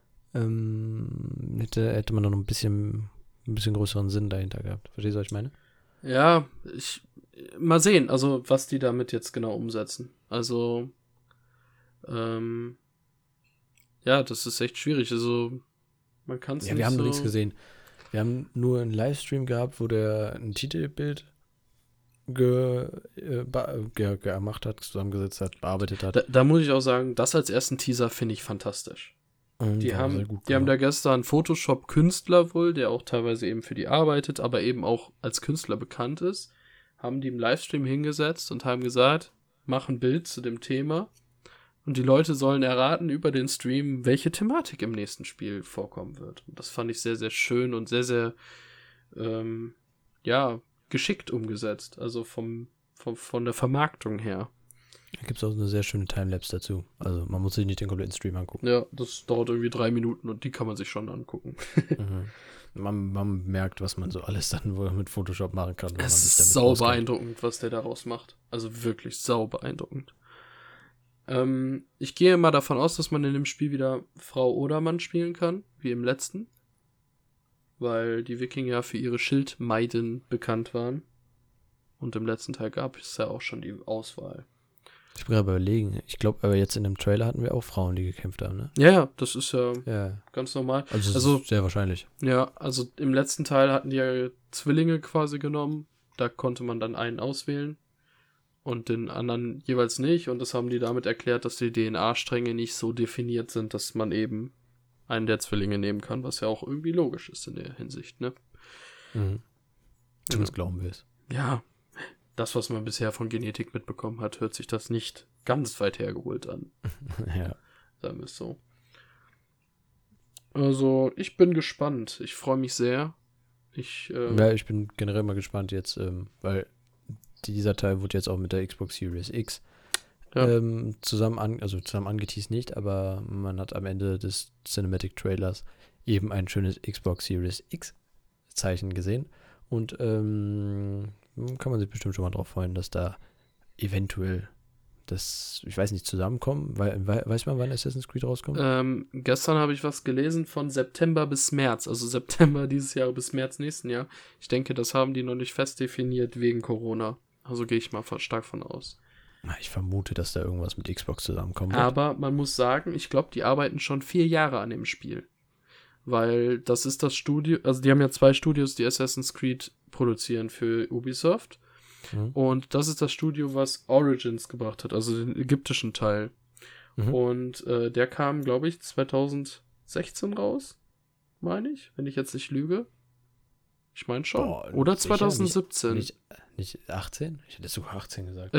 S2: hätte man noch ein bisschen größeren Sinn dahinter gehabt. Verstehst du, was ich meine?
S1: Ja, mal sehen, also was die damit jetzt genau umsetzen. Also, ja, das ist echt schwierig. Also, man kann es nicht
S2: wir haben
S1: so...
S2: nichts gesehen. Wir haben nur einen Livestream gehabt, wo der ein Titelbild gemacht hat, zusammengesetzt hat, bearbeitet hat.
S1: Da muss ich auch sagen, das als ersten Teaser finde ich fantastisch. Die haben da gestern einen Photoshop-Künstler wohl, der auch teilweise eben für die arbeitet, aber eben auch als Künstler bekannt ist, haben die im Livestream hingesetzt und haben gesagt, mach ein Bild zu dem Thema und die Leute sollen erraten über den Stream, welche Thematik im nächsten Spiel vorkommen wird. Und das fand ich sehr, sehr schön und sehr, sehr geschickt umgesetzt. Also von der Vermarktung her.
S2: Da gibt es auch eine sehr schöne Timelapse dazu. Also man muss sich nicht den kompletten Stream angucken.
S1: Ja, das dauert irgendwie 3 Minuten und die kann man sich schon angucken.
S2: Man merkt, was man so alles dann wohl mit Photoshop machen kann.
S1: Es ist sau beeindruckend, was der daraus macht. Also wirklich sau beeindruckend. Ich gehe mal davon aus, dass man in dem Spiel wieder Frau oder Mann spielen kann, wie im letzten. Weil die Wikinger für ihre Schildmeiden bekannt waren. Und im letzten Teil gab es ja auch schon die Auswahl.
S2: Ich bin gerade überlegen. Ich glaube, aber jetzt in dem Trailer hatten wir auch Frauen, die gekämpft haben, ne?
S1: Ja, das ist ja ganz normal.
S2: Also sehr wahrscheinlich.
S1: Ja, also im letzten Teil hatten die ja Zwillinge quasi genommen. Da konnte man dann einen auswählen und den anderen jeweils nicht. Und das haben die damit erklärt, dass die DNA-Stränge nicht so definiert sind, dass man eben einen der Zwillinge nehmen kann, was ja auch irgendwie logisch ist in der Hinsicht, ne?
S2: Zumindest glauben wir es.
S1: Ja, das, was man bisher von Genetik mitbekommen hat, hört sich das nicht ganz weit hergeholt an.
S2: Ja.
S1: Sagen wir es so. Also, ich bin gespannt. Ich freue mich sehr. Ich
S2: bin generell mal gespannt jetzt, weil dieser Teil wurde jetzt auch mit der Xbox Series X zusammen angeteased nicht, aber man hat am Ende des Cinematic Trailers eben ein schönes Xbox Series X Zeichen gesehen und kann man sich bestimmt schon mal drauf freuen, dass da eventuell ich weiß nicht, zusammenkommen, weiß man, wann Assassin's Creed rauskommt?
S1: Gestern habe ich was gelesen von September bis März, also September dieses Jahr bis März nächsten Jahr. Ich denke, das haben die noch nicht fest definiert wegen Corona. Also gehe ich mal stark von aus.
S2: Ich vermute, dass da irgendwas mit Xbox zusammenkommen wird.
S1: Aber man muss sagen, ich glaube, die arbeiten schon 4 Jahre an dem Spiel. Weil das ist das Studio, also die haben ja 2 Studios, die Assassin's Creed produzieren für Ubisoft. Und das ist das Studio, was Origins gebracht hat, also den ägyptischen Teil. Und der kam, glaube ich, 2016 raus, meine ich, wenn ich jetzt nicht lüge. Ich meine schon. Oder 2017.
S2: Nicht 18? Ich hätte sogar 18 gesagt.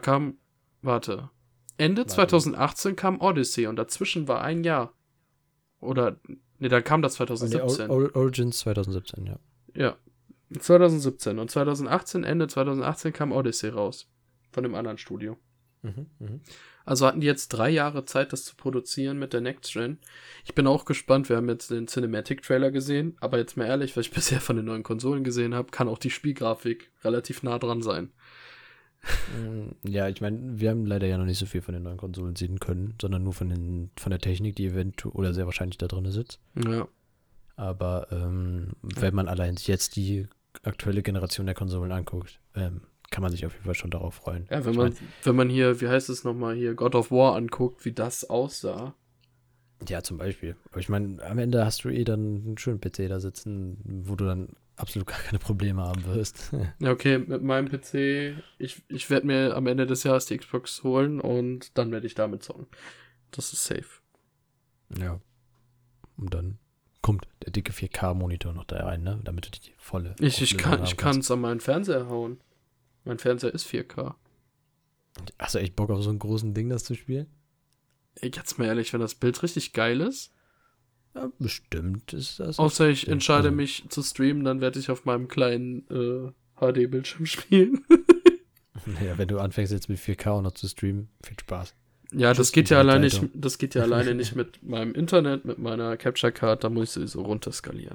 S1: Ende 2018 kam Odyssey und dazwischen war ein Jahr. Oder, da kam das 2017.
S2: Origins 2017, ja.
S1: Ja, 2017. Und 2018, Ende 2018 kam Odyssey raus. Von dem anderen Studio. Also hatten die jetzt 3 Jahre Zeit, das zu produzieren mit der Next Gen. Ich bin auch gespannt, wir haben jetzt den Cinematic-Trailer gesehen, aber jetzt mal ehrlich, was ich bisher von den neuen Konsolen gesehen habe, kann auch die Spielgrafik relativ nah dran sein.
S2: Ja, ich meine, wir haben leider ja noch nicht so viel von den neuen Konsolen sehen können, sondern nur von der Technik, die eventuell oder sehr wahrscheinlich da drin sitzt.
S1: Ja.
S2: Aber wenn man allein jetzt die aktuelle Generation der Konsolen anguckt, kann man sich auf jeden Fall schon darauf freuen.
S1: Ja, wenn man hier, wie heißt es nochmal hier, God of War anguckt, wie das aussah.
S2: Ja, zum Beispiel. Aber ich meine, am Ende hast du dann einen schönen PC da sitzen, wo du dann absolut gar keine Probleme haben wirst.
S1: Ja, okay, mit meinem PC, ich werde mir am Ende des Jahres die Xbox holen und dann werde ich damit zocken. Das ist safe.
S2: Ja. Und dann kommt der dicke 4K-Monitor noch da rein, ne? Damit du die volle
S1: Ich
S2: Auflösung
S1: kann
S2: haben
S1: es
S2: kannst.
S1: an meinen Fernseher hauen. Mein Fernseher ist 4K.
S2: Hast du echt Bock auf so einen großen Ding, das zu spielen?
S1: Jetzt mal ehrlich, wenn das Bild richtig geil ist,
S2: Ja, bestimmt ist das.
S1: außer ich entscheide
S2: Also-
S1: mich zu streamen, dann werde ich auf meinem kleinen HD-Bildschirm spielen.
S2: Ja, wenn du anfängst jetzt mit 4K auch noch zu streamen, viel Spaß.
S1: Ja, das
S2: Tschüss,
S1: geht ja
S2: liebe
S1: alleine
S2: Begleitung.
S1: nicht, das geht ja alleine nicht mit meinem Internet, mit meiner Capture Card, da muss ich sowieso runterskalieren.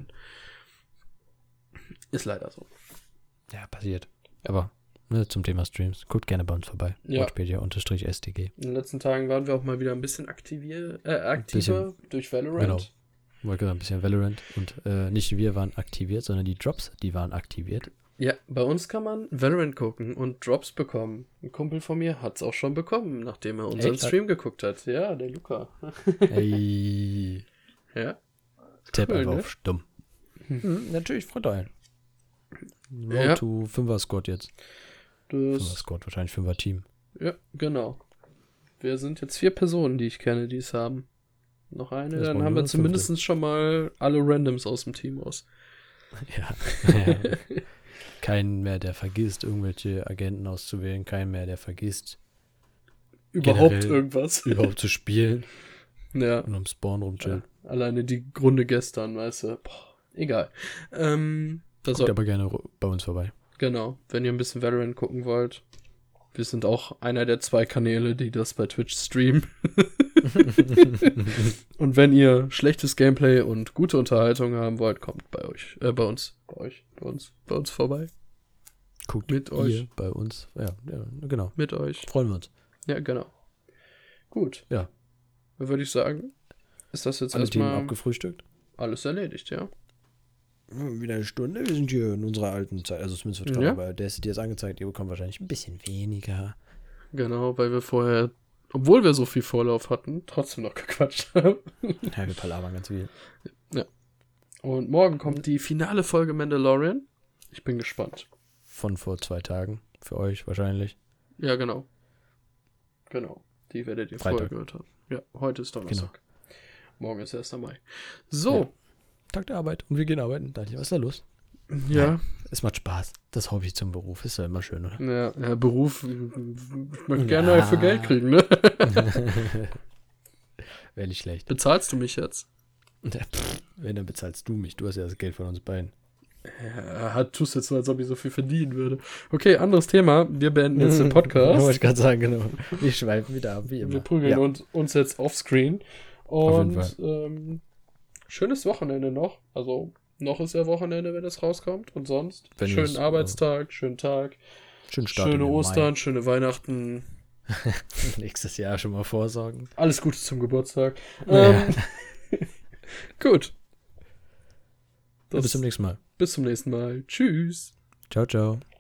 S1: Ist leider so.
S2: Ja, passiert. Aber ne, zum Thema Streams, guckt gerne bei uns vorbei.
S1: Ja.
S2: Watchpedia_STG.
S1: In den letzten Tagen waren wir auch mal wieder ein bisschen aktiver durch Valorant.
S2: Genau. Wollte gerade ein bisschen Valorant und nicht wir waren aktiviert, sondern die Drops, die waren aktiviert.
S1: Ja, bei uns kann man Valorant gucken und Drops bekommen. Ein Kumpel von mir hat's auch schon bekommen, nachdem er unseren
S2: Echt?
S1: Stream geguckt hat. Ja, der Luca.
S2: Ey.
S1: Ja.
S2: Tap
S1: Cool,
S2: einfach
S1: ne?
S2: auf stumm. Natürlich, freut euch. Road
S1: Ja.
S2: to 5er-Squad jetzt. 5er
S1: Das,
S2: Squad, wahrscheinlich 5er Team.
S1: ja, genau. Wir sind jetzt 4 Personen, die ich kenne, die es haben. Noch eine,
S2: Das
S1: dann
S2: wollen
S1: haben
S2: wir
S1: wir
S2: eine
S1: zumindest schon mal alle Randoms aus dem Team aus.
S2: Ja. Keinen mehr, der vergisst, irgendwelche Agenten auszuwählen. Keinen mehr, der vergisst,
S1: Überhaupt
S2: Generell
S1: irgendwas.
S2: überhaupt zu spielen
S1: Ja.
S2: und am Spawn rumchillen.
S1: Alleine die Runde gestern, weißt du. Boah, egal. Das
S2: Guckt aber gerne bei uns vorbei.
S1: Genau, wenn ihr ein bisschen Valorant gucken wollt. Wir sind auch einer der 2 Kanäle, die das bei Twitch streamen. Und wenn ihr schlechtes Gameplay und gute Unterhaltung haben wollt, kommt bei uns vorbei.
S2: Guckt
S1: Mit
S2: ihr
S1: euch.
S2: bei uns. Ja, genau.
S1: Mit euch.
S2: Freuen wir uns.
S1: Ja, genau. Gut.
S2: Ja.
S1: Dann würde ich sagen, ist das jetzt
S2: Alle Themen
S1: erstmal
S2: abgefrühstückt.
S1: alles erledigt, ja?
S2: Wieder eine Stunde. Wir sind hier in unserer alten Zeit. Also zumindest wird gerade
S1: Ja.
S2: bei der ist dir angezeigt. Ihr bekommt wahrscheinlich ein bisschen weniger.
S1: Genau, weil wir vorher, obwohl wir so viel Vorlauf hatten, trotzdem noch gequatscht haben.
S2: Ja, wir palabern ganz viel.
S1: Und morgen kommt die finale Folge Mandalorian. Ich bin gespannt.
S2: Von vor 2 Tagen. Für euch wahrscheinlich.
S1: Ja, genau. Genau. Die werdet ihr
S2: Freitag.
S1: vorher gehört haben. Ja, heute ist Donnerstag. Morgen ist 1. Mai. So.
S2: Tag der Arbeit. Und wir gehen arbeiten. Daniel, was ist da los?
S1: Ja.
S2: Es macht Spaß. Das Hobby zum Beruf ist ja immer schön, oder?
S1: Ja, Beruf. Ich möchte gerne für Geld kriegen, ne?
S2: Wäre nicht schlecht.
S1: Bezahlst du mich jetzt?
S2: Wenn, dann bezahlst du mich. Du hast ja das Geld von uns beiden.
S1: Ja, tust jetzt so, als ob ich so viel verdienen würde. Okay, anderes Thema. Wir beenden jetzt den Podcast.
S2: Wollte ich gerade sagen, genau. Wir schweifen wieder ab, wie immer.
S1: Wir prügeln
S2: Ja.
S1: uns jetzt offscreen.
S2: Auf jeden
S1: Und schönes Wochenende noch. Also noch ist ja Wochenende, wenn es rauskommt. Und sonst
S2: Wenn
S1: schönen
S2: es,
S1: Arbeitstag, schönen Tag,
S2: Schönen Start in
S1: schöne
S2: den
S1: Ostern, schöne Weihnachten.
S2: Mai. Nächstes Jahr schon mal vorsorgen.
S1: Alles Gute zum Geburtstag.
S2: Ja.
S1: Gut.
S2: Bis zum nächsten Mal.
S1: Bis zum nächsten Mal. Tschüss.
S2: Ciao, ciao.